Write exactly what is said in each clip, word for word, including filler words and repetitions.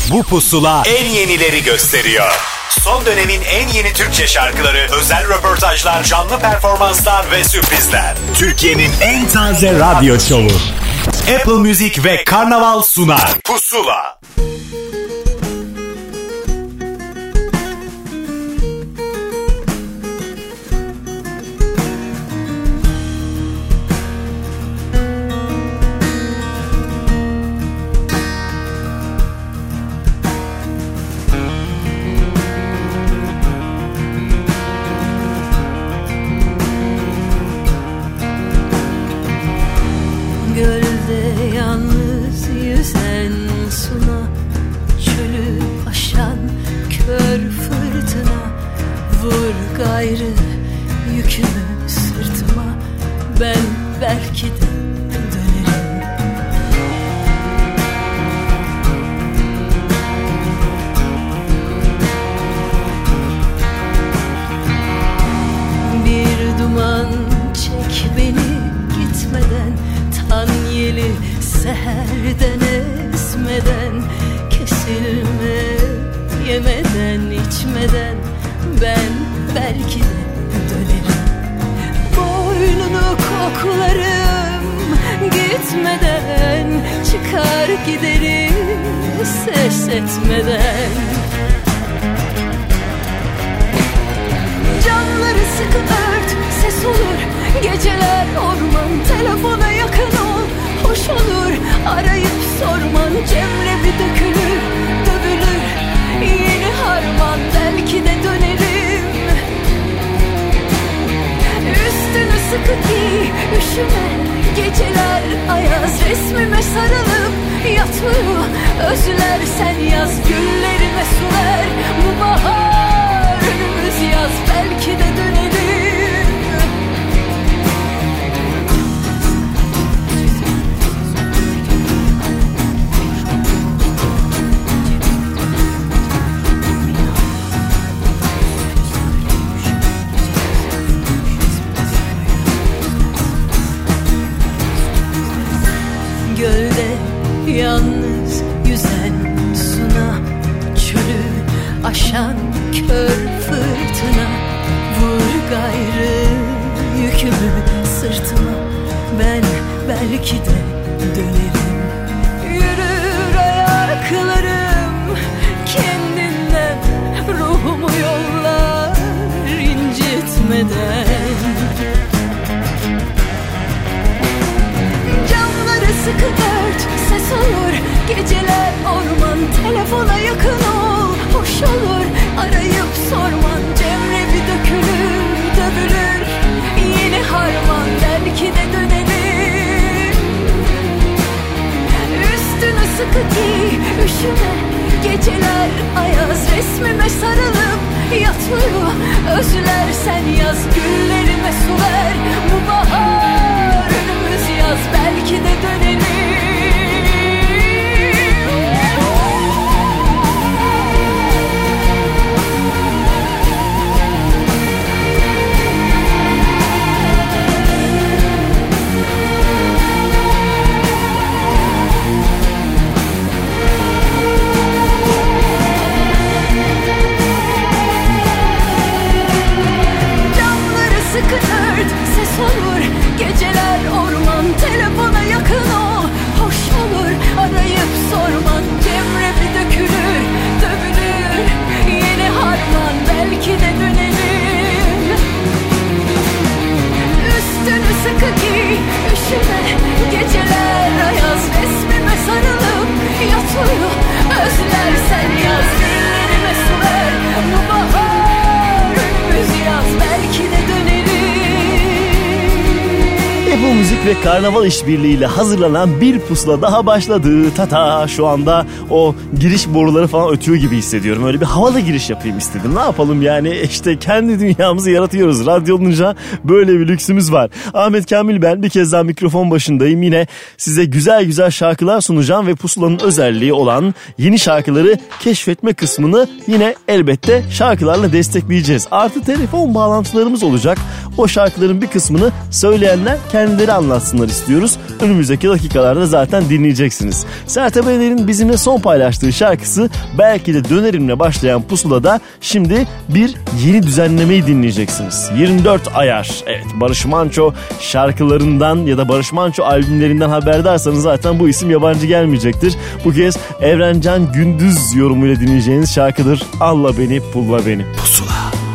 Bu pusula en yenileri gösteriyor. Son dönemin en yeni Türkçe şarkıları, özel röportajlar, canlı performanslar ve sürprizler. Türkiye'nin en taze radyo şovu. Apple Music ve Karnaval sunar. Pusula. Gayrı yükümü sırtıma, ben belki de dönerim. Bir duman çek beni gitmeden, tan yeli seherden esmeden, kesilme yemeden içmeden, ben belki de dönerim. Boynunu koklarım gitmeden, çıkar giderim ses etmeden. Camları sıkı ört, ses olur geceler, orman telefona yakın ol, hoş olur arayıp sorman, Cemre bir dökülür dövülür yeni harman, belki de dönerim. Üstünü sıkı giy, üşüme, geceler ayaz, resmime sarılıp yatmıyor özler, sen yaz güllerime su ver, bu bahar önümüz yaz, belki de dönerim. Yalnız yüzen suna, çölü aşan kör fırtına, vur gayrı yükümü sırtıma, ben belki de dönerim. Yürür ayaklarım kendinden, ruhumu yollar incitmeden. Camları sıkı ört, ses olur geceler, orman telefona yakın ol, hoş olur arayıp sorman, Cemre bir dökülür dövülür yeni harman, belki de dönerim. Üstünü sıkı giy, üşüme, geceler ayaz, resmime sarılıp yatmıyor özler, sen yaz güllerime su ver, bu bahar önümüz yaz, belki de dönerim. Sıkı ört, ses olur geceler, orman telefona yakın ol, hoş olur arayıp sorman, Cemre bir dökülür dövülür yeni harman, belki de dönerim. Üstünü sıkı giy, üşüme, geceler ayaz, resmime sarılıp yatıyor özler, sen yaz güllerime su ver, bu bahar önümüz yaz, belki de dönerim. Apple Music ve Karnaval işbirliğiyle hazırlanan bir pusula daha başladı. Tata, şu anda o giriş boruları falan ötüyor gibi hissediyorum. Öyle bir havalı giriş yapayım istedim. Ne yapalım yani, işte kendi dünyamızı yaratıyoruz. Radyo olunca böyle bir lüksümüz var. Ahmet Kamil ben, bir kez daha mikrofon başındayım. Yine size güzel güzel şarkılar sunacağım ve pusulanın özelliği olan yeni şarkıları keşfetme kısmını yine elbette şarkılarla destekleyeceğiz. Artı telefon bağlantılarımız olacak. O şarkıların bir kısmını söyleyenler kendi kendileri anlatsınlar istiyoruz. Önümüzdeki dakikalarda zaten dinleyeceksiniz. Sertab Erener'in bizimle son paylaştığı şarkısı Belki de Dönerim'le başlayan Pusula'da şimdi bir yeni düzenlemeyi dinleyeceksiniz. yirmi dört ayar. Evet, Barış Manço şarkılarından ya da Barış Manço albümlerinden haberdarsanız zaten bu isim yabancı gelmeyecektir. Bu kez Evrencan Gündüz yorumuyla dinleyeceğiniz şarkıdır. Alla Beni Pulla Beni. Pusula.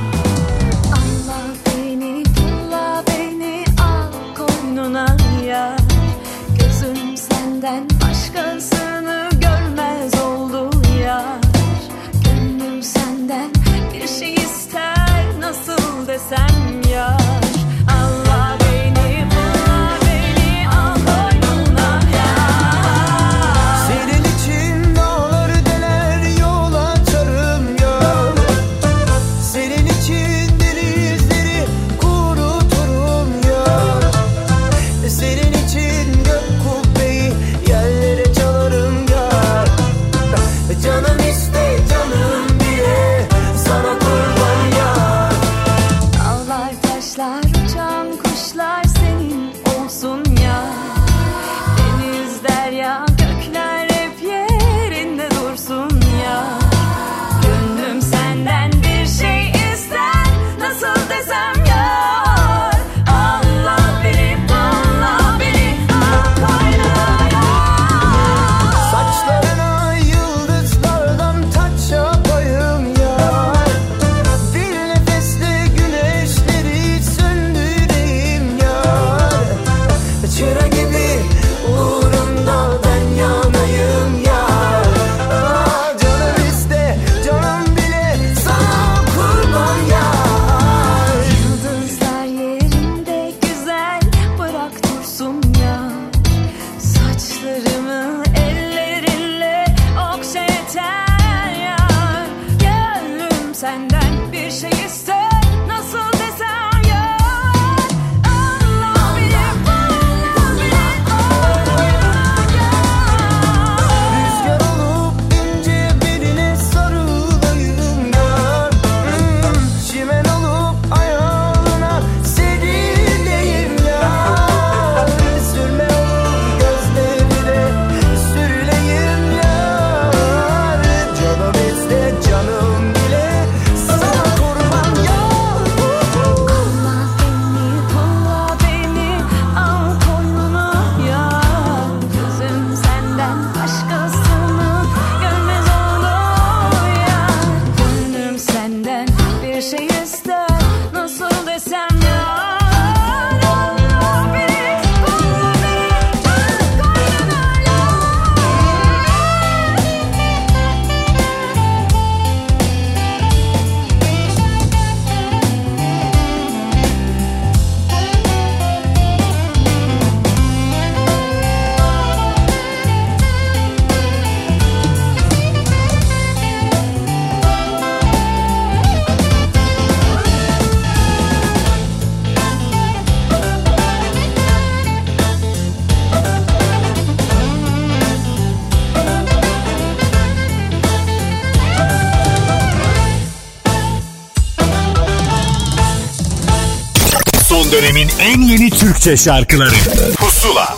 Dönemin en yeni Türkçe şarkıları Pusula.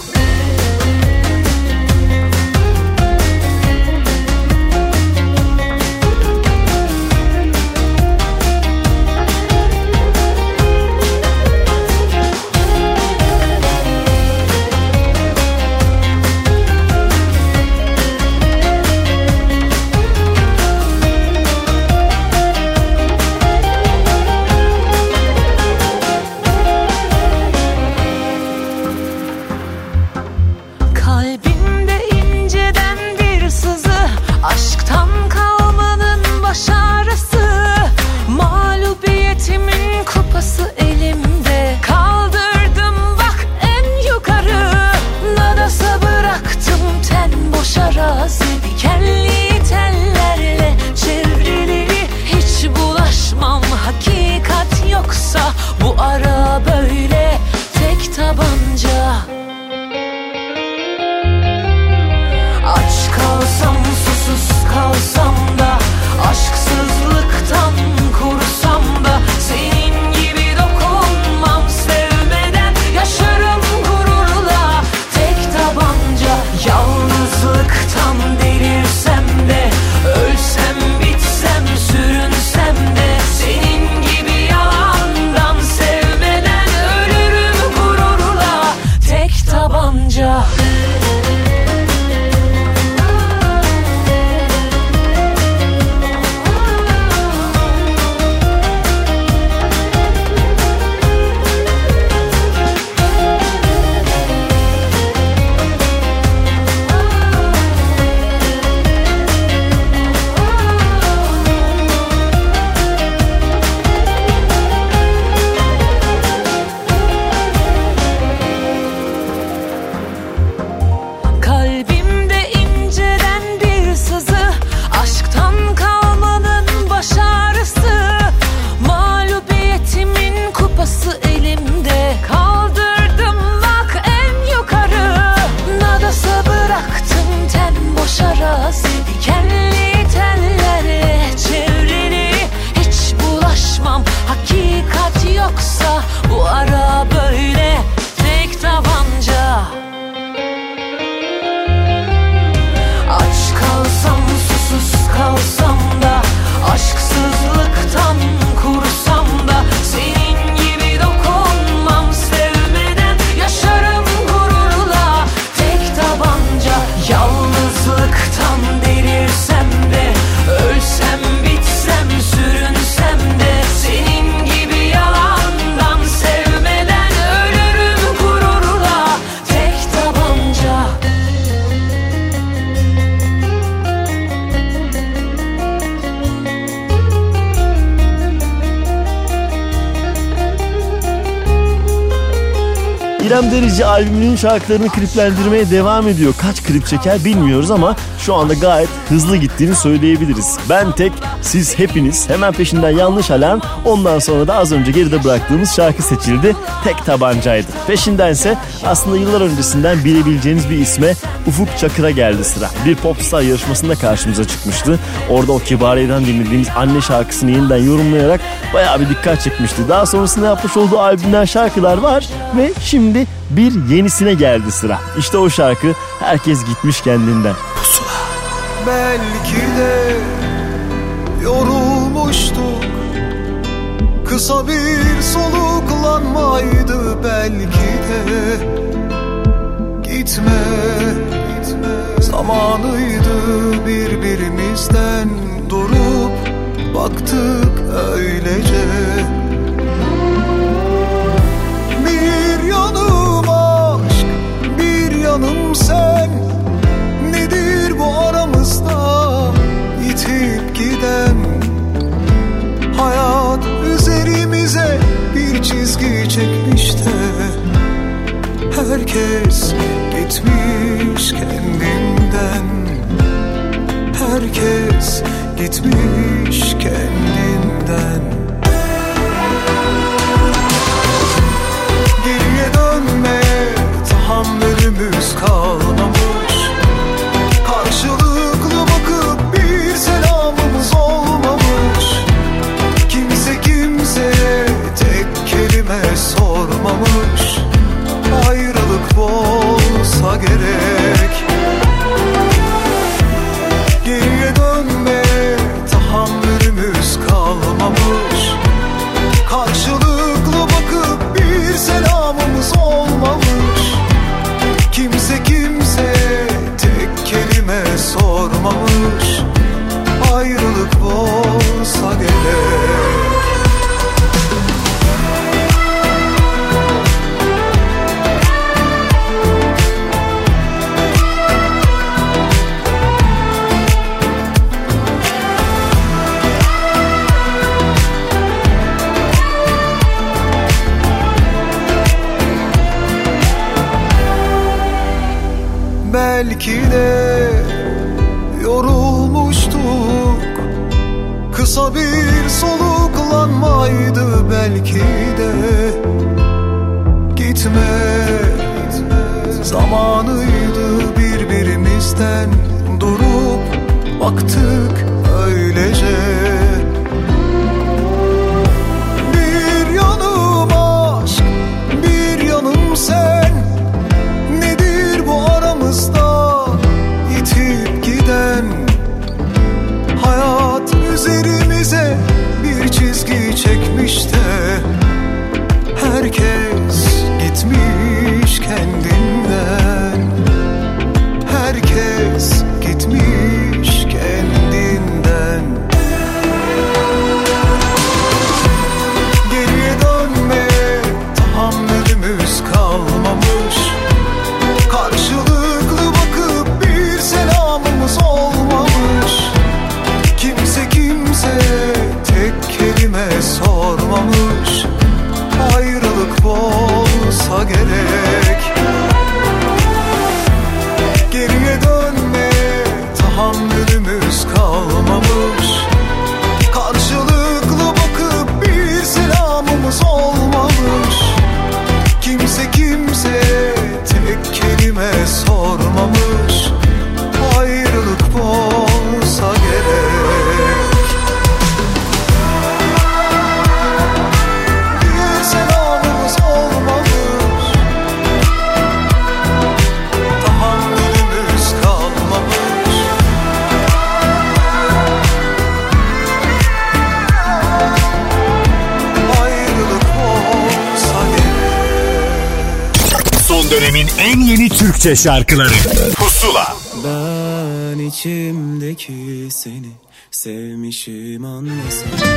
İrem Derici albümünün şarkılarını kliplendirmeye devam ediyor. Kaç klip çeker bilmiyoruz ama şu anda gayet hızlı gittiğini söyleyebiliriz. Ben tek, siz hepiniz, hemen peşinden Yanlış Alarm, ondan sonra da az önce geride bıraktığımız şarkı seçildi. Tek Tabancaydı. Peşindense aslında yıllar öncesinden bilebileceğiniz bir isme, Ufuk Çakır'a geldi sıra. Bir Popstar yarışmasında karşımıza çıkmıştı. Orada o Kibariye'den dinlediğimiz Anne şarkısını yeniden yorumlayarak bayağı bir dikkat çekmişti. Daha sonrasında yapmış olduğu albümden şarkılar var ve şimdi bir yenisine geldi sıra. İşte o şarkı Herkes Gitmiş Kendinden. Pusula. Belki de yorulmuştuk, kısa bir soluklanmaydı belki de. Gitme, gitme zamanıydı, birbirimizden durup baktık öylece. Bir yanım aşk, bir yanım sen. Nedir bu aramızda yitip giden? Hayat üzerimize bir çizgi çekmiş de herkes gitmiş kendinden. Herkes gitmiş kendinden. Geriye dönmeye tahammülümüz kalmamış. Karşılıklı bakıp bir selamımız olmamış. Kimse kimseye tek kelime sormamış. Ayrılık olsa gerek. Geriye dönmeye tahammülümüz kalmamış. Karşılıklı bakıp bir selamımız olmamış. Kimse kimseye tek kelime sormamış. Ayrılık olsa gerek. Belki de yorulmuştuk, kısa bir soluklanmaydı belki de. Gitme, zamanıydı, birbirimizden durup baktık öylece. Bir yanım aşk, bir yanım sen. Nedir bu aramızda yitip giden? Hayat üzerimize bir çizgi çekmiş de herkes gitmiş kendinden. Herkes gitmiş kendinden. Geriye dönmeye tahammülümüz kalmamış. Karşılıklı bakıp bir selamımız olmamış. Kimse kimseye tek kelime sormamış. Ayrılık olsa gerek. Geriye dönmeye tahammülümüz kalmamış. Karşılıklı bakıp bir selamımız olmamış. Kimse kimseye tek kelime sormamış. Ayrılık olsa gerek. Bir selamımız olmamış. Tahammülümüz kalmamış. Ayrılık olsa gerek. Son dönemin en yeni Türkçe şarkıları Pusula. Ben içimdeki seni sevmişim anlasam.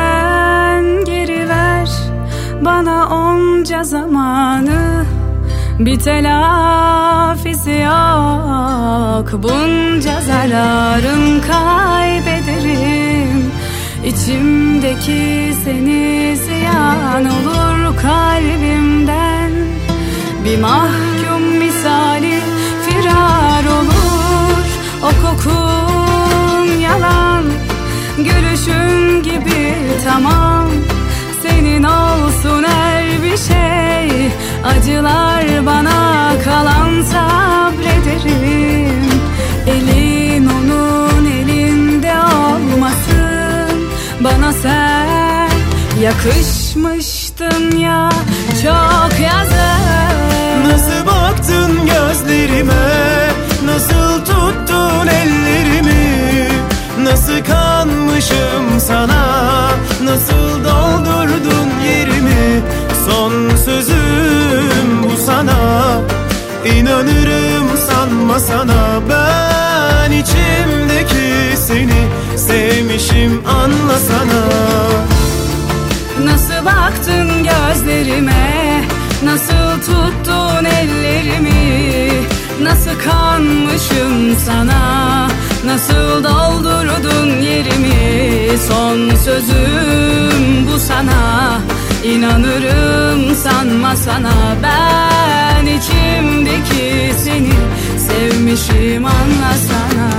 Yeniden geri ver bana onca zamanı. bir telafisi yok. Bunca zararın kaybederim. İçimdeki seni ziyan olur kalbimden. Bir mahkum misali firar olur. O kokun yalan, gülüşün gibi tamam. Senin olsun her bir şey. Acılar bana kalan sabrederim. Elin onun elinde olmasın. Bana sen yakışmıştın ya çok yazık. Nasıl baktın gözlerime, nasıl tuttun ellerimi, nasıl kanmışım sana, nasıl doldurdun yerimi. Son sözüm bu sana, inanırım sanma sana. Ben içimdeki seni sevmişim, anlasana. Nasıl baktın gözlerime, nasıl tuttun ellerimi, nasıl kanmışım sana, nasıl doldurdun yerimi. Son sözüm bu sana, İnanırım sanma sana. Ben içimdeki seni sevmişim, anlasana.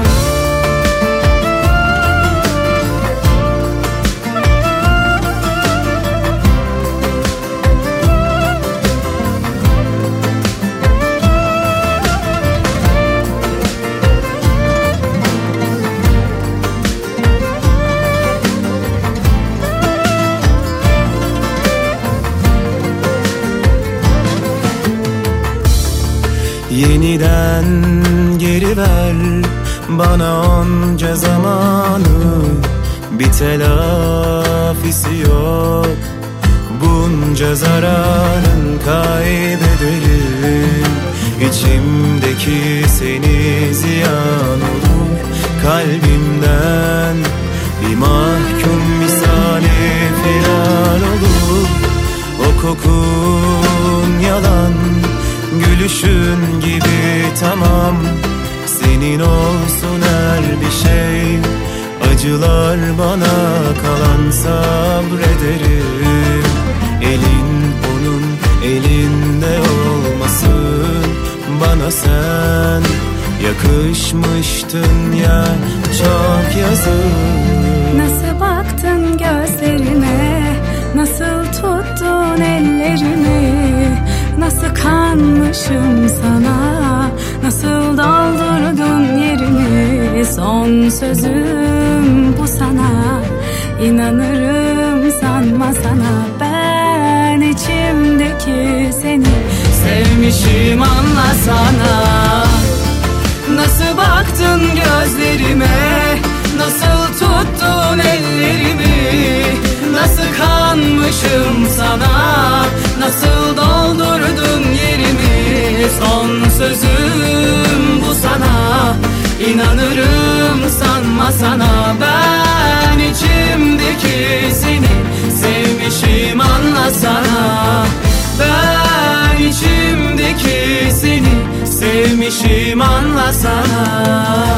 Yeniden geri ver bana onca zamanı, bir telafisi yok. Bunca zararın kaybederim. İçimdeki seni ziyan olur kalbimden. Bir mahkum misali firar olur. O kokun yalan, gülüşün gibi tamam. Senin olsun her bir şey. Acılar bana kalan sabrederim. Elin onun elinde olmasın. Bana sen yakışmıştın ya çok yazık. Nasıl baktın gözlerime, nasıl tuttun ellerimi, nasıl kanmışım sana, nasıl doldurdun yerimi. Son sözüm bu sana, inanırım sanma sana. Ben içimdeki seni sevmişim, anlasana. Nasıl baktın gözlerime, nasıl tuttun ellerimi, nasıl kanmışım sana, nasıl doldurdun yerimi. Son sözüm bu sana, inanırım sanma sana. Ben içimdeki seni sevmişim, anlasana. Ben içimdeki seni sevmişim, anlasana.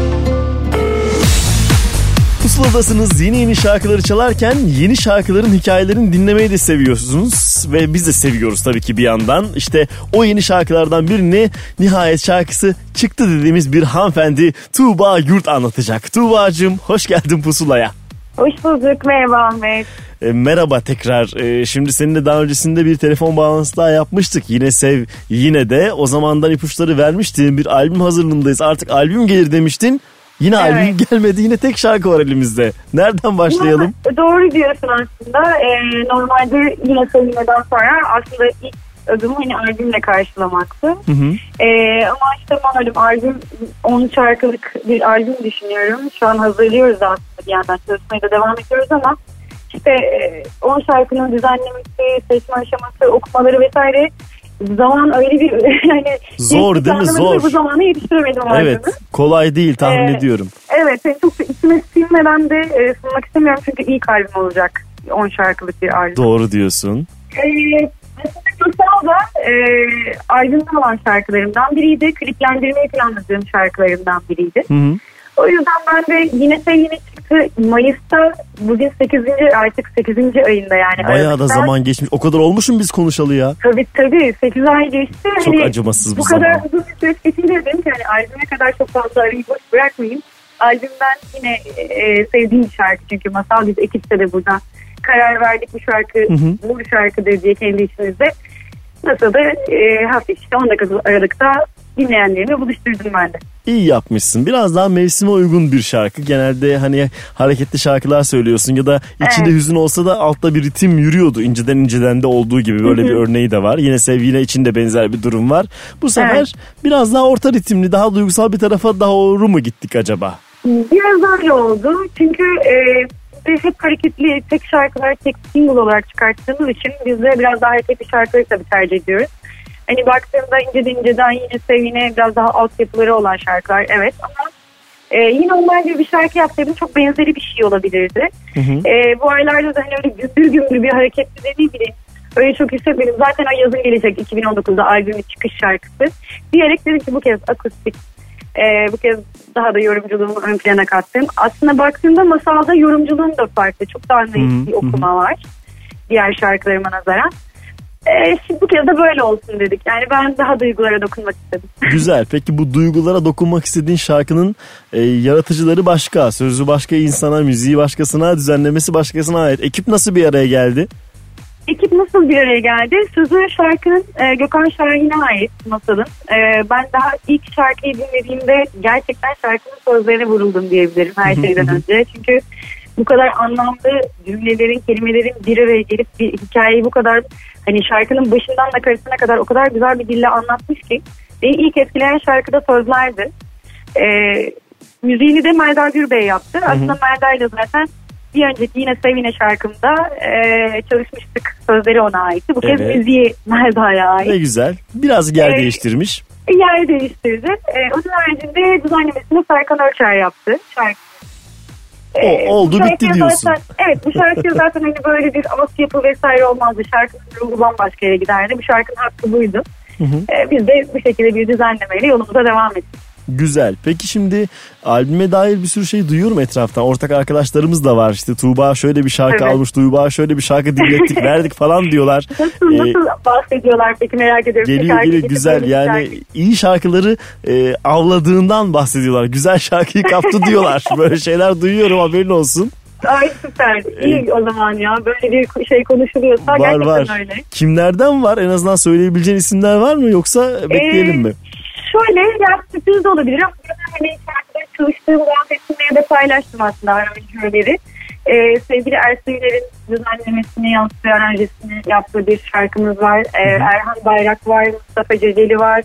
Pusuladasınız, yeni yeni şarkıları çalarken yeni şarkıların hikayelerini dinlemeyi de seviyorsunuz ve biz de seviyoruz tabii ki bir yandan. İşte o yeni şarkılardan birini nihayet şarkısı çıktı dediğimiz bir hanımefendi Tuğba Yurt anlatacak. Tuğba'cığım hoş geldin Pusula'ya. Hoş bulduk, merhaba Ahmet. E, merhaba tekrar. E, şimdi seninle daha öncesinde bir telefon bağlantısı daha yapmıştık. Yine sev, yine de o zamandan ipuçları vermiştin. Bir albüm hazırlığındayız, artık albüm gelir demiştin. Yine evet. Albüm gelmedi, yine tek şarkı var elimizde. Nereden başlayalım? Ya, doğru diyorsun aslında. Ee, normalde yine Sevine'den sonra aslında ilk adımı hani albümle karşılamaktı. Hı hı. Ee, ama işte malum albüm on şarkılık bir albüm düşünüyorum. Şu an hazırlıyoruz aslında, bir yandan çalışmaya da devam ediyoruz ama işte on şarkının düzenlemesi, seçme aşaması, okumaları vesaire zaman öyle bir yani zor değil mi? Zor. Bu zamana yetiştiremedim. Evet. Albümü. Kolay değil tahmin ee, ediyorum. Evet. Yani çok içime sinmeden de e, sunmak istemiyorum çünkü ilk albüm olacak. on şarkılık bir albüm. Doğru diyorsun. Ee, Masal da e, albümde olan şarkılarımdan biriydi. Kliplendirmeyi planladığım şarkılarımdan biriydi. Hı hı. O yüzden ben de yine şey yine çıktı. Mayıs'ta bugün sekizinci artık sekizinci ayında yani. Bayağı Aralıkta. da zaman geçmiş. O kadar olmuşum biz konuşalı ya. Tabii tabii sekiz ay geçti. Çok hani acımasız bir bu zaman. kadar uzun bir süreç geçince dedim ki hani albüme kadar çok fazla arayı boş bırakmayayım. Albümden yine e, sevdiğim bir şarkı çünkü Masal biz ekipte de burada karar verdik bu şarkı hı hı. bu şarkıdır diye kendi içimizde. Nasıl da e, hafif işte on dakika Aralık'ta dinleyenlerimi buluşturdum ben de. İyi yapmışsın. Biraz daha mevsime uygun bir şarkı. Genelde hani hareketli şarkılar söylüyorsun ya da içinde evet. hüzün olsa da altta bir ritim yürüyordu. İnceden inceden de olduğu gibi böyle Hı-hı. bir örneği de var. Yine Sevgiyle içinde benzer bir durum var. Bu sefer evet. biraz daha orta ritimli, daha duygusal bir tarafa doğru mu gittik acaba? Biraz öyle oldu. Çünkü e, hep hareketli tek şarkılar tek single olarak çıkarttığımız için biz de biraz daha hareketli şarkıları tabii tercih ediyoruz. Hani baktığımda inceden inceden yine sevine biraz daha altyapıları olan şarkılar evet ama e, yine onlar gibi bir şarkı yapsaydım çok benzeri bir şey olabilirdi. Hı hı. E, bu aylarda da hani öyle gümbür gümbür bir hareketli de ne bileyim öyle çok hissetmedim. Zaten o yazın gelecek iki bin on dokuzda albümün çıkış şarkısı diyerek dedim ki bu kez akustik e, bu kez daha da yorumculuğumu ön plana kattım. Aslında baktığımda Masal'da yorumculuğum da farklı. Çok daha naif bir okuma var diğer şarkılarıma nazaran. Ee, şimdi bu kez de böyle olsun dedik. Yani ben daha duygulara dokunmak istedim. Güzel. Peki bu duygulara dokunmak istediğin şarkının e, yaratıcıları başka, sözü başka insana, müziği başkasına, düzenlemesi başkasına ait. Ekip nasıl bir araya geldi? Ekip nasıl bir araya geldi? Sözü şarkının e, Gökhan Şahin'e ait Masal'ın. E, ben daha ilk şarkıyı dinlediğimde gerçekten şarkının sözlerine vuruldum diyebilirim her şeyden önce. Çünkü bu kadar anlamlı cümlelerin, kelimelerin bir araya gelip bir hikayeyi bu kadar hani şarkının başından nakaratına kadar o kadar güzel bir dille anlatmış ki beni ilk etkileyen şarkıda sözlerdi. Ee, müziğini de Melda Gürbey yaptı. Hı hı. Aslında Melda ile zaten bir önceki yine Sevine şarkımda e, çalışmıştık. Sözleri ona aitti. Bu kez evet. müziği Melda'ya ait. Ne güzel. Biraz yer ee, değiştirmiş. Yer değiştirdi. Ee, onun haricinde düzenlemesini Serkan Ölçer yaptı. Şarkı. O, oldu bitti diyorsun. Zaten, evet bu şarkı zaten hani böyle bir altyapı vesaire olmazdı. Şarkının ruhu bambaşka yere giderdi. Bu şarkının hakkı buydu. Hı hı. Ee, biz de bu şekilde bir düzenlemeyle yolumuza devam ettik. Güzel. Peki şimdi albüme dair bir sürü şey duyuyorum etraftan. Ortak arkadaşlarımız da var. İşte Tuğba şöyle bir şarkı evet. almış, Tuğba şöyle bir şarkı dinlettik, verdik falan diyorlar. Nasıl, ee, nasıl bahsediyorlar peki merak ediyorum. Geliyor geliyor güzel yani şarkı. iyi şarkıları e, avladığından bahsediyorlar. Güzel şarkıyı kaptı diyorlar. Böyle şeyler duyuyorum haberin olsun. Ay süper. İyi o zaman ya. Böyle bir şey konuşuluyorsa var, gerçekten var. Öyle. Kimlerden var? En azından söyleyebileceğin isimler var mı? Yoksa bekleyelim ee, mi? Şöyle ya sürpriz de olabilir ama hani şarkıda çalıştığım muhabbetinde de paylaştım aslında aranjörleri. Ee, sevgili Ersin Üner'in düzenlemesini yaptığı, aranjesini yaptığı bir şarkımız var. Ee, Erhan Bayrak var, Mustafa Ceceli var.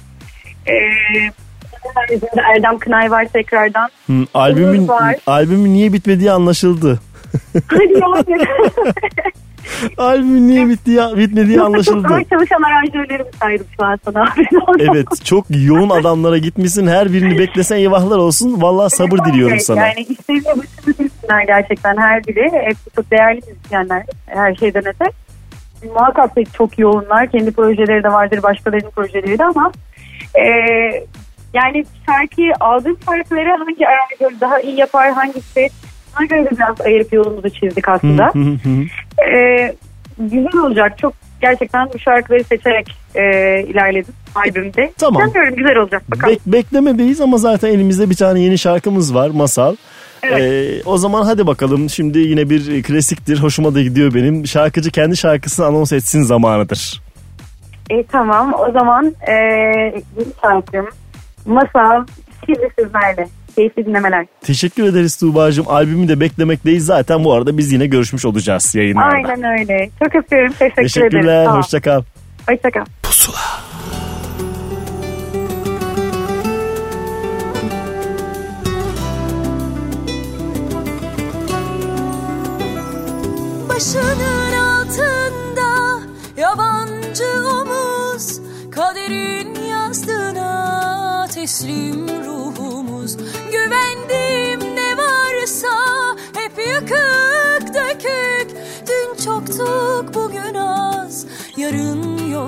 Ee, Erdem Kınay var tekrardan. Hmm, albümün, var. albümün niye bitmediği anlaşıldı. Hadi ya. Albümün niye bittiği, bitmediği anlaşıldı. Çok çalışan aranjörlerimi saydım şu an sana. Evet çok yoğun adamlara gitmişsin. Her birini beklesen eyvahlar olsun. Vallahi sabır evet, diliyorum evet. sana. Yani istediğim başımı bilsinler gerçekten her biri. Hepsi çok değerli müzisyenler her şeyden öte. Muhakkak çok yoğunlar. Kendi projeleri de vardır. Başkalarının projeleri de ama e, yani şarkıyı aldığım şarkıları hangi aranjör daha iyi yapar hangisi ona göre de biraz ayırıp yolumuzu çizdik aslında. ee, güzel olacak. Çok gerçekten bu şarkıları seçerek e, ilerledim albümde. Tamam. Sanıyorum güzel olacak. Bakalım. Bek- beklemedeyiz ama zaten elimizde bir tane yeni şarkımız var. Masal. Evet. Ee, o zaman hadi bakalım. Şimdi yine bir klasiktir. Hoşuma da gidiyor benim. Şarkıcı kendi şarkısını anons etsin zamanıdır. E, tamam. O zaman e, yeni şarkım Masal şimdi sizlerle. Keyifli dinlemeler. Teşekkür ederiz Tuğba'cığım. Albümü de beklemekteyiz. Zaten bu arada biz yine görüşmüş olacağız yayınlarda. Aynen öyle. Çok öpüyorum. Teşekkür Teşekkürler, ederim. Teşekkürler. Hoşça kal. Hoşça kal. Pusula. Başının altında yabancı omuz, kaderin yazdığına teslim ruhumuz. Güvendiğim ne varsa hep yıkık dökük. Dün çoktuk bugün az, yarın yok.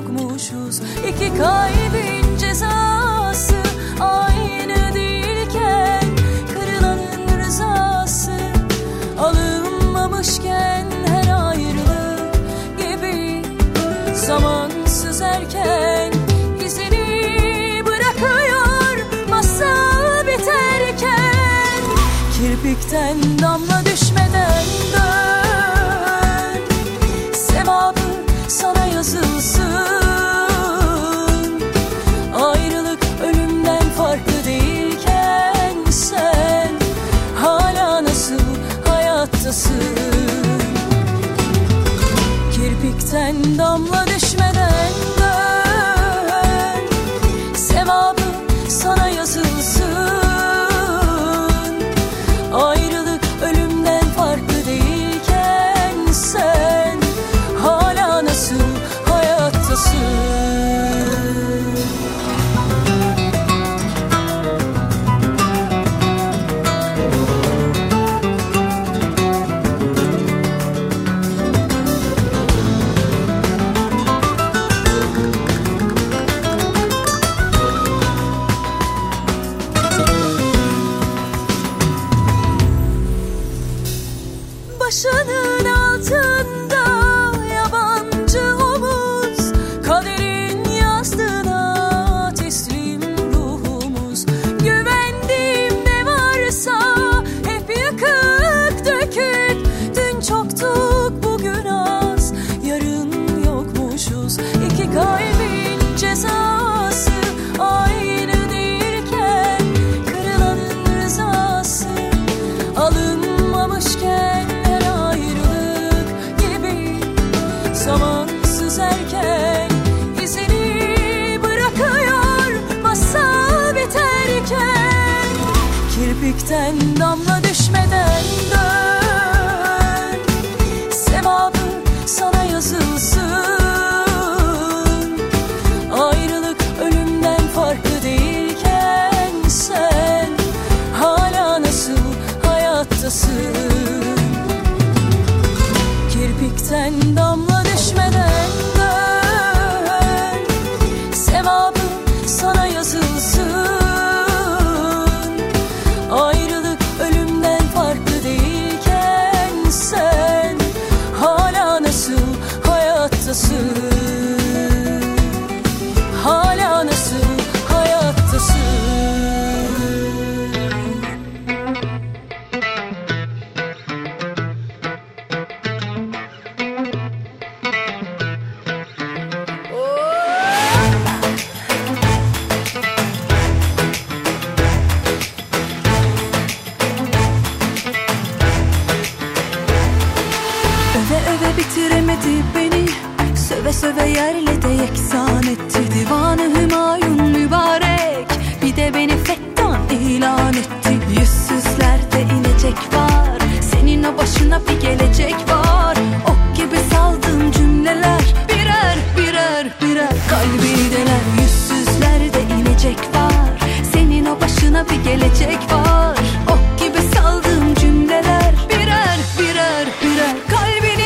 yokmuşuz. İki kalbin cezası aynı değilken, kırılanın rızası alınmamışken, her ayrılık gibi zamansız erken izini bırakıyor masal biterken. Kirpikten damla düşmeden dön, sevabı sana yazılsın. Ayrılık ölümden farklı değilken, sen hala nasıl hayattasın? Kirpikten damla düşmeden dön, sevabı sana yazılsın. Ayrılık ölümden farklı değilken, sen hala nasıl hayattasın? Başının altında yabancı omuz, kaderin yazdığına teslim ruhumuz. Güvendiğim ne varsa hep yıkık dökük. Dün çoktuk bugün az, yarın yokmuşuz. İki kalbin cezası aynı değilken, kırılanın rızası alınmamışken, zamansız erken izini bırakıyor masal biterken. Kirpikten damla düşmeden dön, sevabı sana yazılsın. Ayrılık ölümden farklı değilken, sen hala nasıl hayattasın? Kirpikten damla düşmeden dön, sevabı sana yazılsın. Ayrılık ölümden farklı değilken, sen hala nasıl hayattasın? Hala nasıl hayattasın? Bitiremedi beni, söve söve yerle de yeksan etti. Divanı Hümayun mübarek, bir de beni fettan ilan etti. Yüzsüzlerde inecek var, senin o başına bir gelecek var. Ok gibi saldığım cümleler birer birer birer kalbi deler. Yüzsüzlerde inecek var, senin o başına bir gelecek var. Ok gibi saldığım cümleler birer birer birer kalbini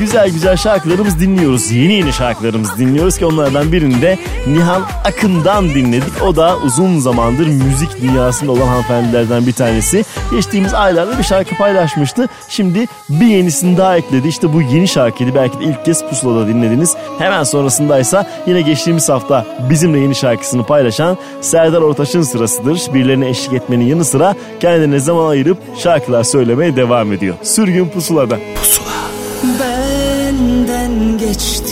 güzel güzel şarkılarımız dinliyoruz. Yeni yeni şarkılarımız dinliyoruz ki onlardan birini de Nihan Akın'dan dinledik. O da uzun zamandır müzik dünyasında olan hanımefendilerden bir tanesi. Geçtiğimiz aylarda bir şarkı paylaşmıştı. Şimdi bir yenisini daha ekledi. İşte bu yeni şarkıydı. Belki de ilk kez Pusula'da dinlediniz. Hemen sonrasındaysa yine geçtiğimiz hafta bizimle yeni şarkısını paylaşan Serdar Ortaç'ın sırasıdır. Birilerine eşlik etmenin yanı sıra kendine zaman ayırıp şarkılar söylemeye devam ediyor. Sürgün Pusula'da. Pusula. Benden geçti,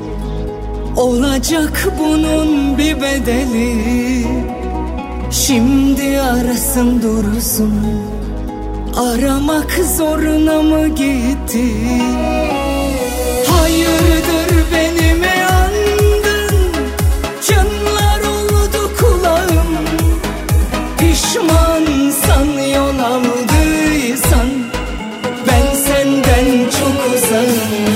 olacak bunun bir bedeli. Şimdi arasın dursun, aramak zoruna mı gitti? Hayırdır beni mi andın? Çınlar oldu kulağım. Pişmansan yol aldıysan, ben senden çok uzağım.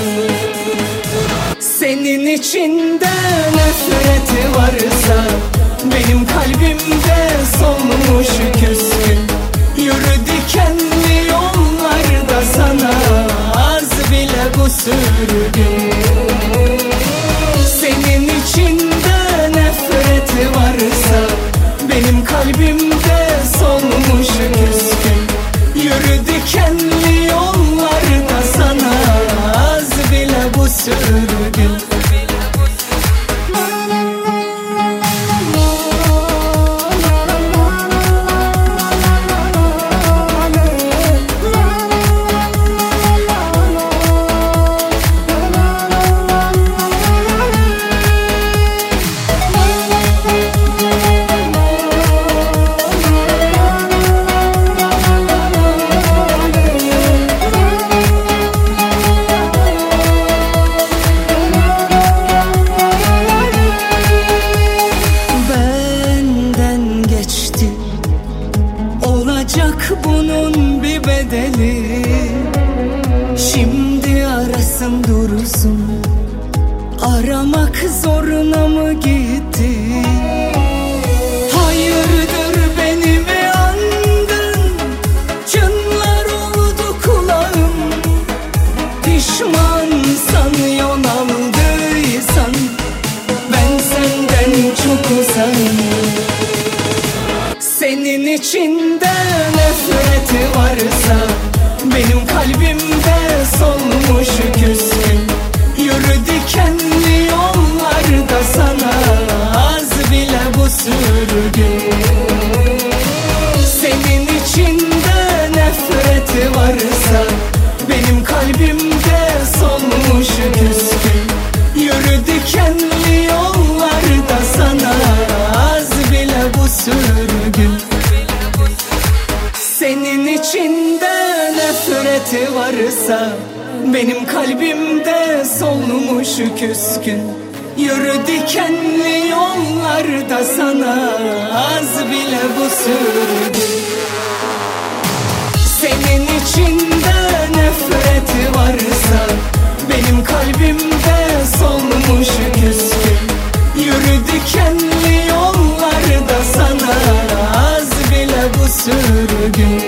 Senin içinde nefreti varsa, benim kalbimde solmuş küskün. Yürü dikenli yollarda, sana az bile bu sürgün. Senin içinde nefreti varsa, benim kalbimde solmuş küskün. Yürü dikenli yollarda, sana az bile bu sürgün. Şimdi arasın dursun, aramak zoruna mı gitti? Hayırdır beni mi andın? Çınlar oldu kulağım. Pişmansan yol aldıysan, ben senden çok uzağım. Senin içinde nefreti varsa, benim kalbimde solmuş küskün. Yürü dikenli yollarda, sana az bile bu sürgün. Senin içinde nefreti varsa, benim kalbimde solmuş küskün. Yürü dikenli yollarda, sana az bile bu sürgün. Senin içinde nefreti varsa, benim kalbimde solmuş küskün. Yürü dikenli yollarda, sana az bile bu sürgün. Senin içinde nefreti varsa, benim kalbimde solmuş küskün. Yürü dikenli yollarda, sana az bile bu sürgün.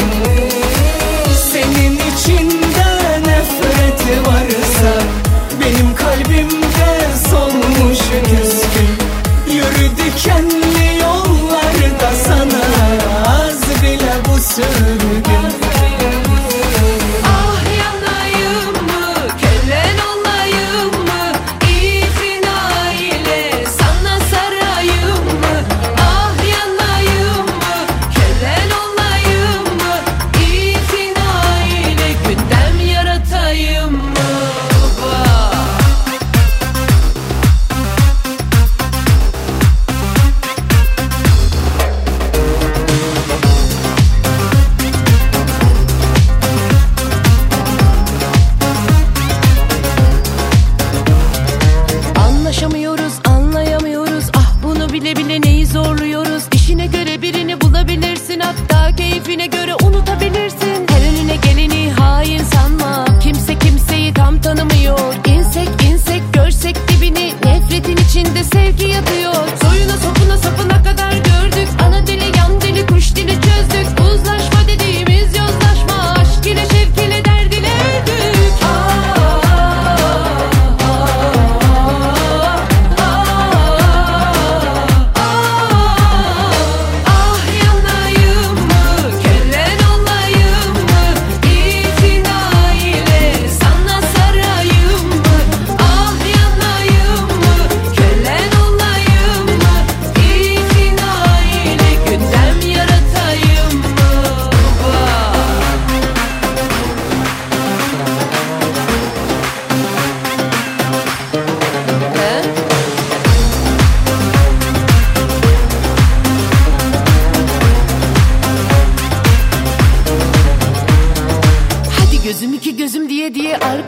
Senin içinde nefreti varsa, benim kalbimde solmuş küskün. Yürü dikenli yollarda, sana az bile bu sürgün. Ah yanayım mı, kölen olayım mı, itina ile sana sarayım mı? Ah yanayım mı, kölen olayım mı, itina ile gündem yaratayım mı? Anlaşamıyoruz, anlayamıyoruz. Ah bunu bile bile neyi zorluyoruz. İşine göre birini bulabilirsin, hatta keyfine göre unutabilirsin. Her önüne geleni hain sanma. Kimse kimseyi tam tanımıyor. İnsek insek görsek dibini, nefretin içinde sevgi yatıyor. Soyuna sopuna sapına kadar gördük. Ana dili yan dili kuş dili çözdük. Uzlaşma dediğimiz yozlaşma, aşk ile şevk ile derdile öldük. Ah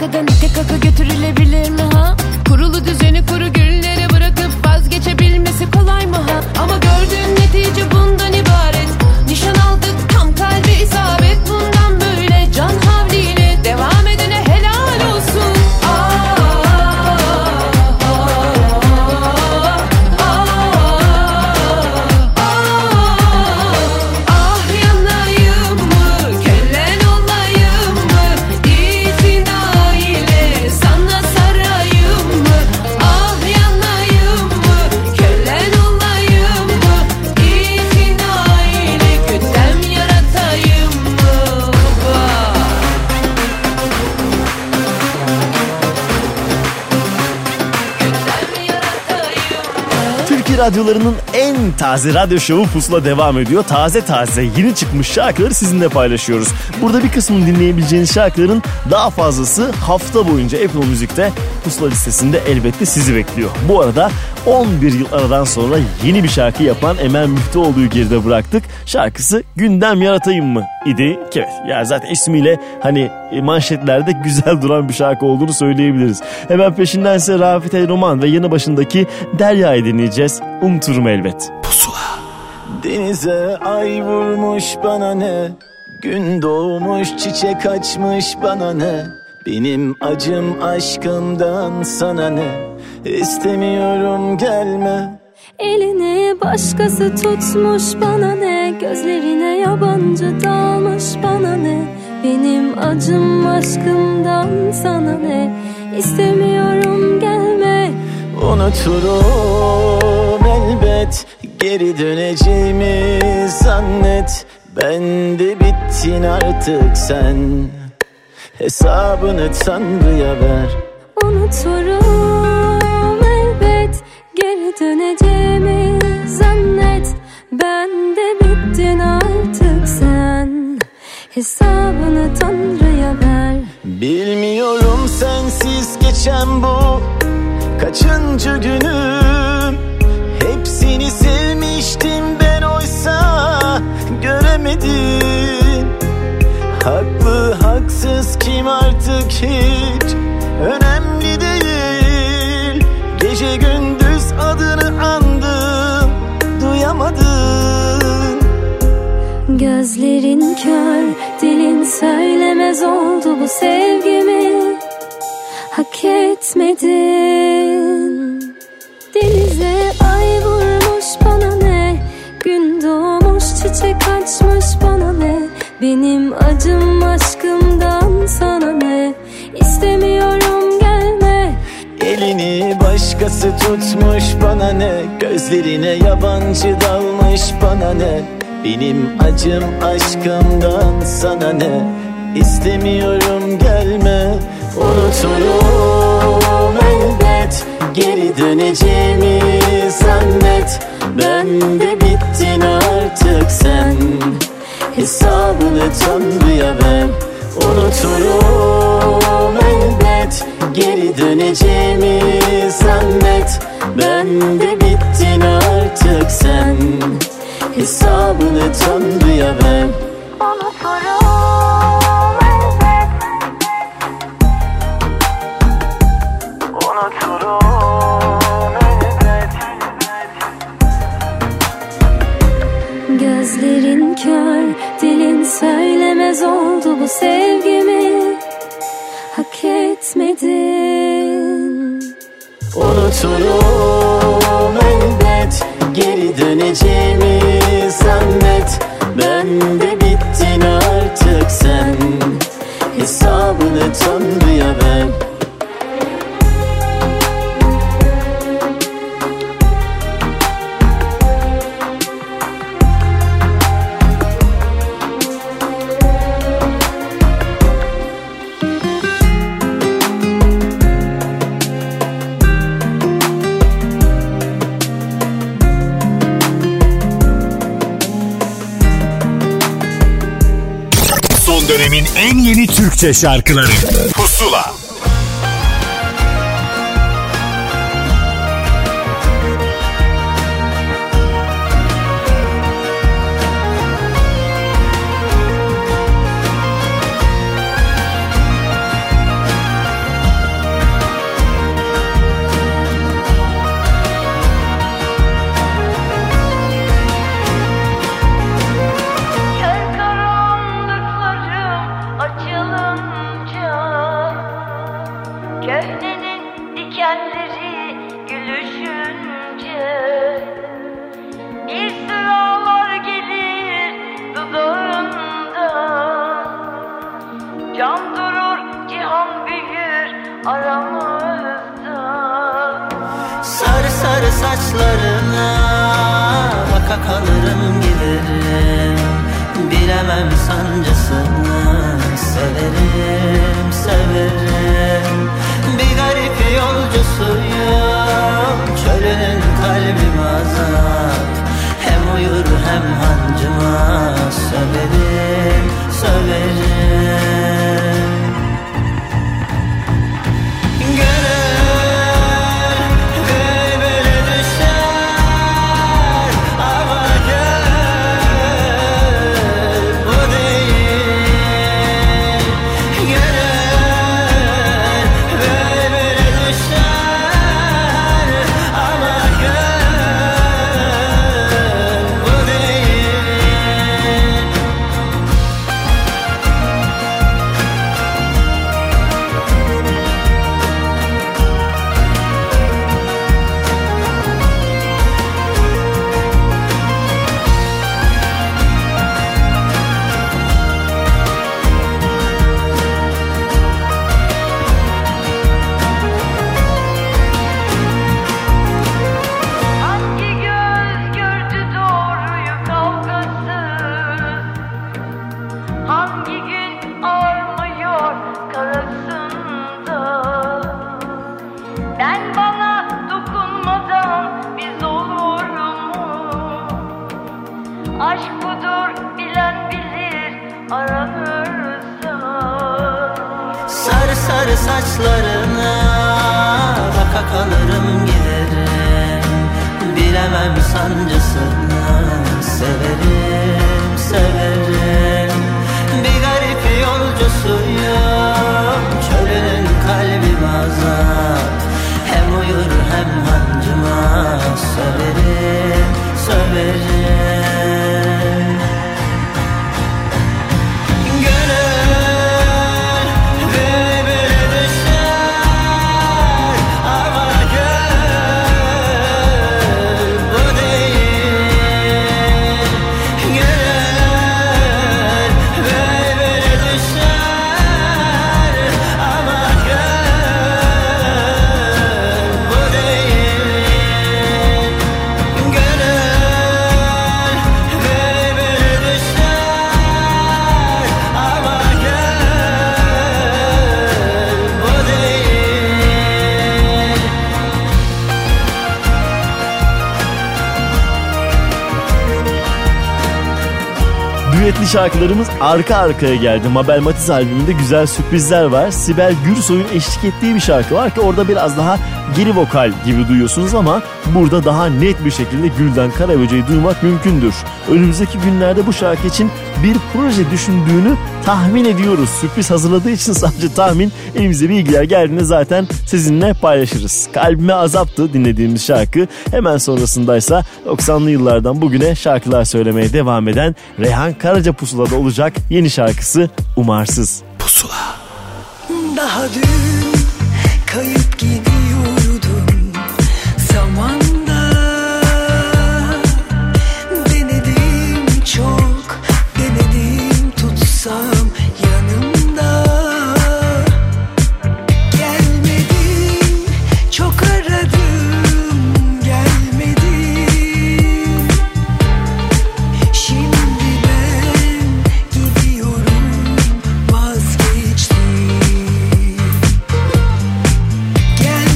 Şakadan ite kaka götürülebilir mi ha? Kurulu düzeni kuru gülleri bırakıp vazgeçebilmesi kolay mı ha? Ama gördüğün netice bundan ibaret. Nişan aldık tam kalbi isabet. Bundan böyle can havliyle devam edene helal olsun. Ah, ah, ah, ah, ah yanayım mı, kellen olayım mı, itina ile sana sarayım mı? Ah yanayım mı, kellen olayım mı, itina ile gündem yaratayım mı? Vah. Gündem yaratayım mı? Türkiye radyolarının en taze radyo şovu Pusula devam ediyor. Taze taze yeni çıkmış şarkıları sizinle paylaşıyoruz. Burada bir kısmını dinleyebileceğiniz şarkıların daha fazlası hafta boyunca Apple Müzik'te Pusula listesinde elbette sizi bekliyor. Bu arada on bir yıl aradan sonra yeni bir şarkı yapan Emel Müftüoğlu'yu geride bıraktık. Şarkısı Gündem Yaratayım mı idi? Evet, yani zaten ismiyle hani manşetlerde güzel duran bir şarkı olduğunu söyleyebiliriz. Hemen peşinden ise Rafet El Roman ve yanı başındaki Derya'yı dinleyeceğiz. Unuturum elbet. Pusula. Denize ay vurmuş bana ne, gün doğmuş çiçek açmış bana ne, benim acım aşkımdan sana ne, istemiyorum gelme. Elini başkası tutmuş bana ne, gözlerine yabancı dalmış bana ne, benim acım aşkımdan sana ne, istemiyorum gelme. Unuturum elbet, geri döneceğimi zannet, ben de bittin artık sen, hesabını Tanrı'ya ver. Unuturum elbet, geri döneceğimi zannet, ben de bittin artık sen, hesabını Tanrı'ya ver. Bilmiyorum sensiz geçen bu kaçıncı günüm, hepsini sevmiştim ben oysa göremedim. Haklı haksız kim artık hiç önemli değil, gece gündüz adını andım duyamadın. Gözlerin kör, dilin söylemez oldu bu sevgimi, hak etmedin. Denize ay vurmuş bana ne, gün doğmuş çiçek açmış bana ne, benim acım aşkımdan sana ne, istemiyorum gelme. Elini başkası tutmuş bana ne, gözlerine yabancı dalmış bana ne, benim acım aşkımdan sana ne, istemiyorum gelme. Unuturum elbet, geri döneceğimi zannet, ben de bittin artık sen, hesabını Tanrı'ya ver. Unuturum elbet, geri döneceğimi zannet, ben de bittin artık sen, hesabını Tanrı'ya ver. Unuturum gözlerin kör, dilin söylemez oldu bu sevgimi, hak etmedin. Unuturum elbet, geri döneceğimi zannet, ben de bittin artık sen, hesabını Tanrı'ya ver. Dönemin en yeni Türkçe şarkıları Pusula. aramızda. Sarı sarı saçlarına baka kalırım giderim. Bilemem sancısını, severim severim. Bir garip yolcusuyum, çölünün kalbim azap. Hem uyur hem hancıma, söverim söverim. Saçlarına baka kalırım giderim. Bilemem sancısını, severim severim. Bir garip yolcusuyum, çölünün kalbim azap. Hem uyur hem hancıma, söverim söverim. Düetli şarkılarımız arka arkaya geldi. Mabel Matiz albümünde güzel sürprizler var. Sibel Gürsoy'un eşlik ettiği bir şarkı var ki orada biraz daha geri vokal gibi duyuyorsunuz ama burada daha net bir şekilde Gülden Karaböcek'i duymak mümkündür. Önümüzdeki günlerde bu şarkı için bir proje düşündüğünü tahmin ediyoruz. Sürpriz hazırladığı için sadece tahmin, elimize bilgiler geldiğinde zaten sizinle paylaşırız. Kalbime azaptı dinlediğimiz şarkı. Hemen sonrasındaysa doksanlı yıllardan bugüne şarkılar söylemeye devam eden Reyhan Karaca Pusula'da olacak yeni şarkısı Umarsız. Pusula. Daha dün kayıp gidiyordum zamanda, denedim çok, denedim tutsam yanımda. Gelmedin, çok aradım, gelmedin. Şimdi ben gidiyorum, vazgeçtim. Gel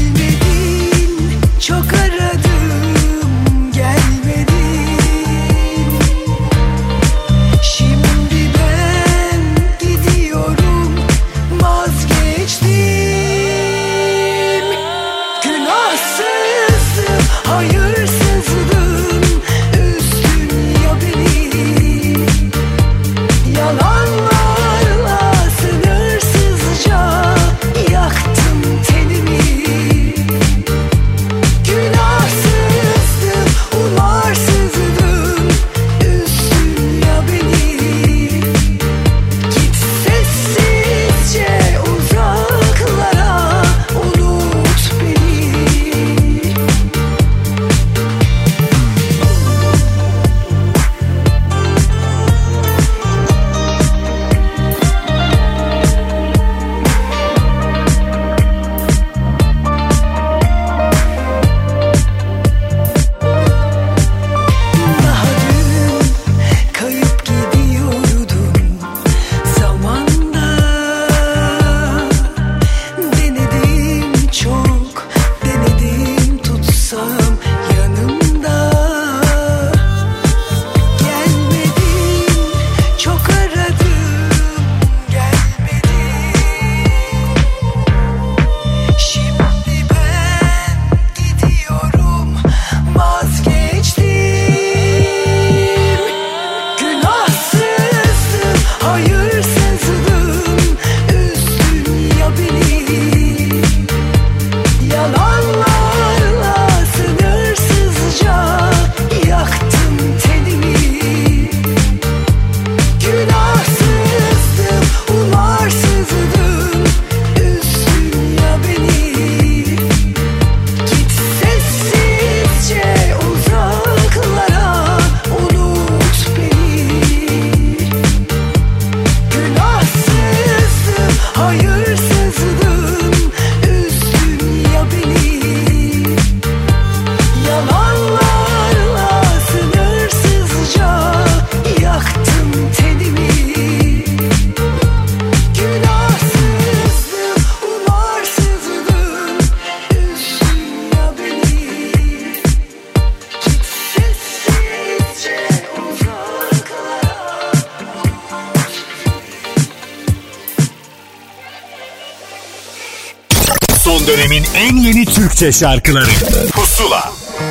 Son dönemin en yeni Türkçe şarkıları Pusula.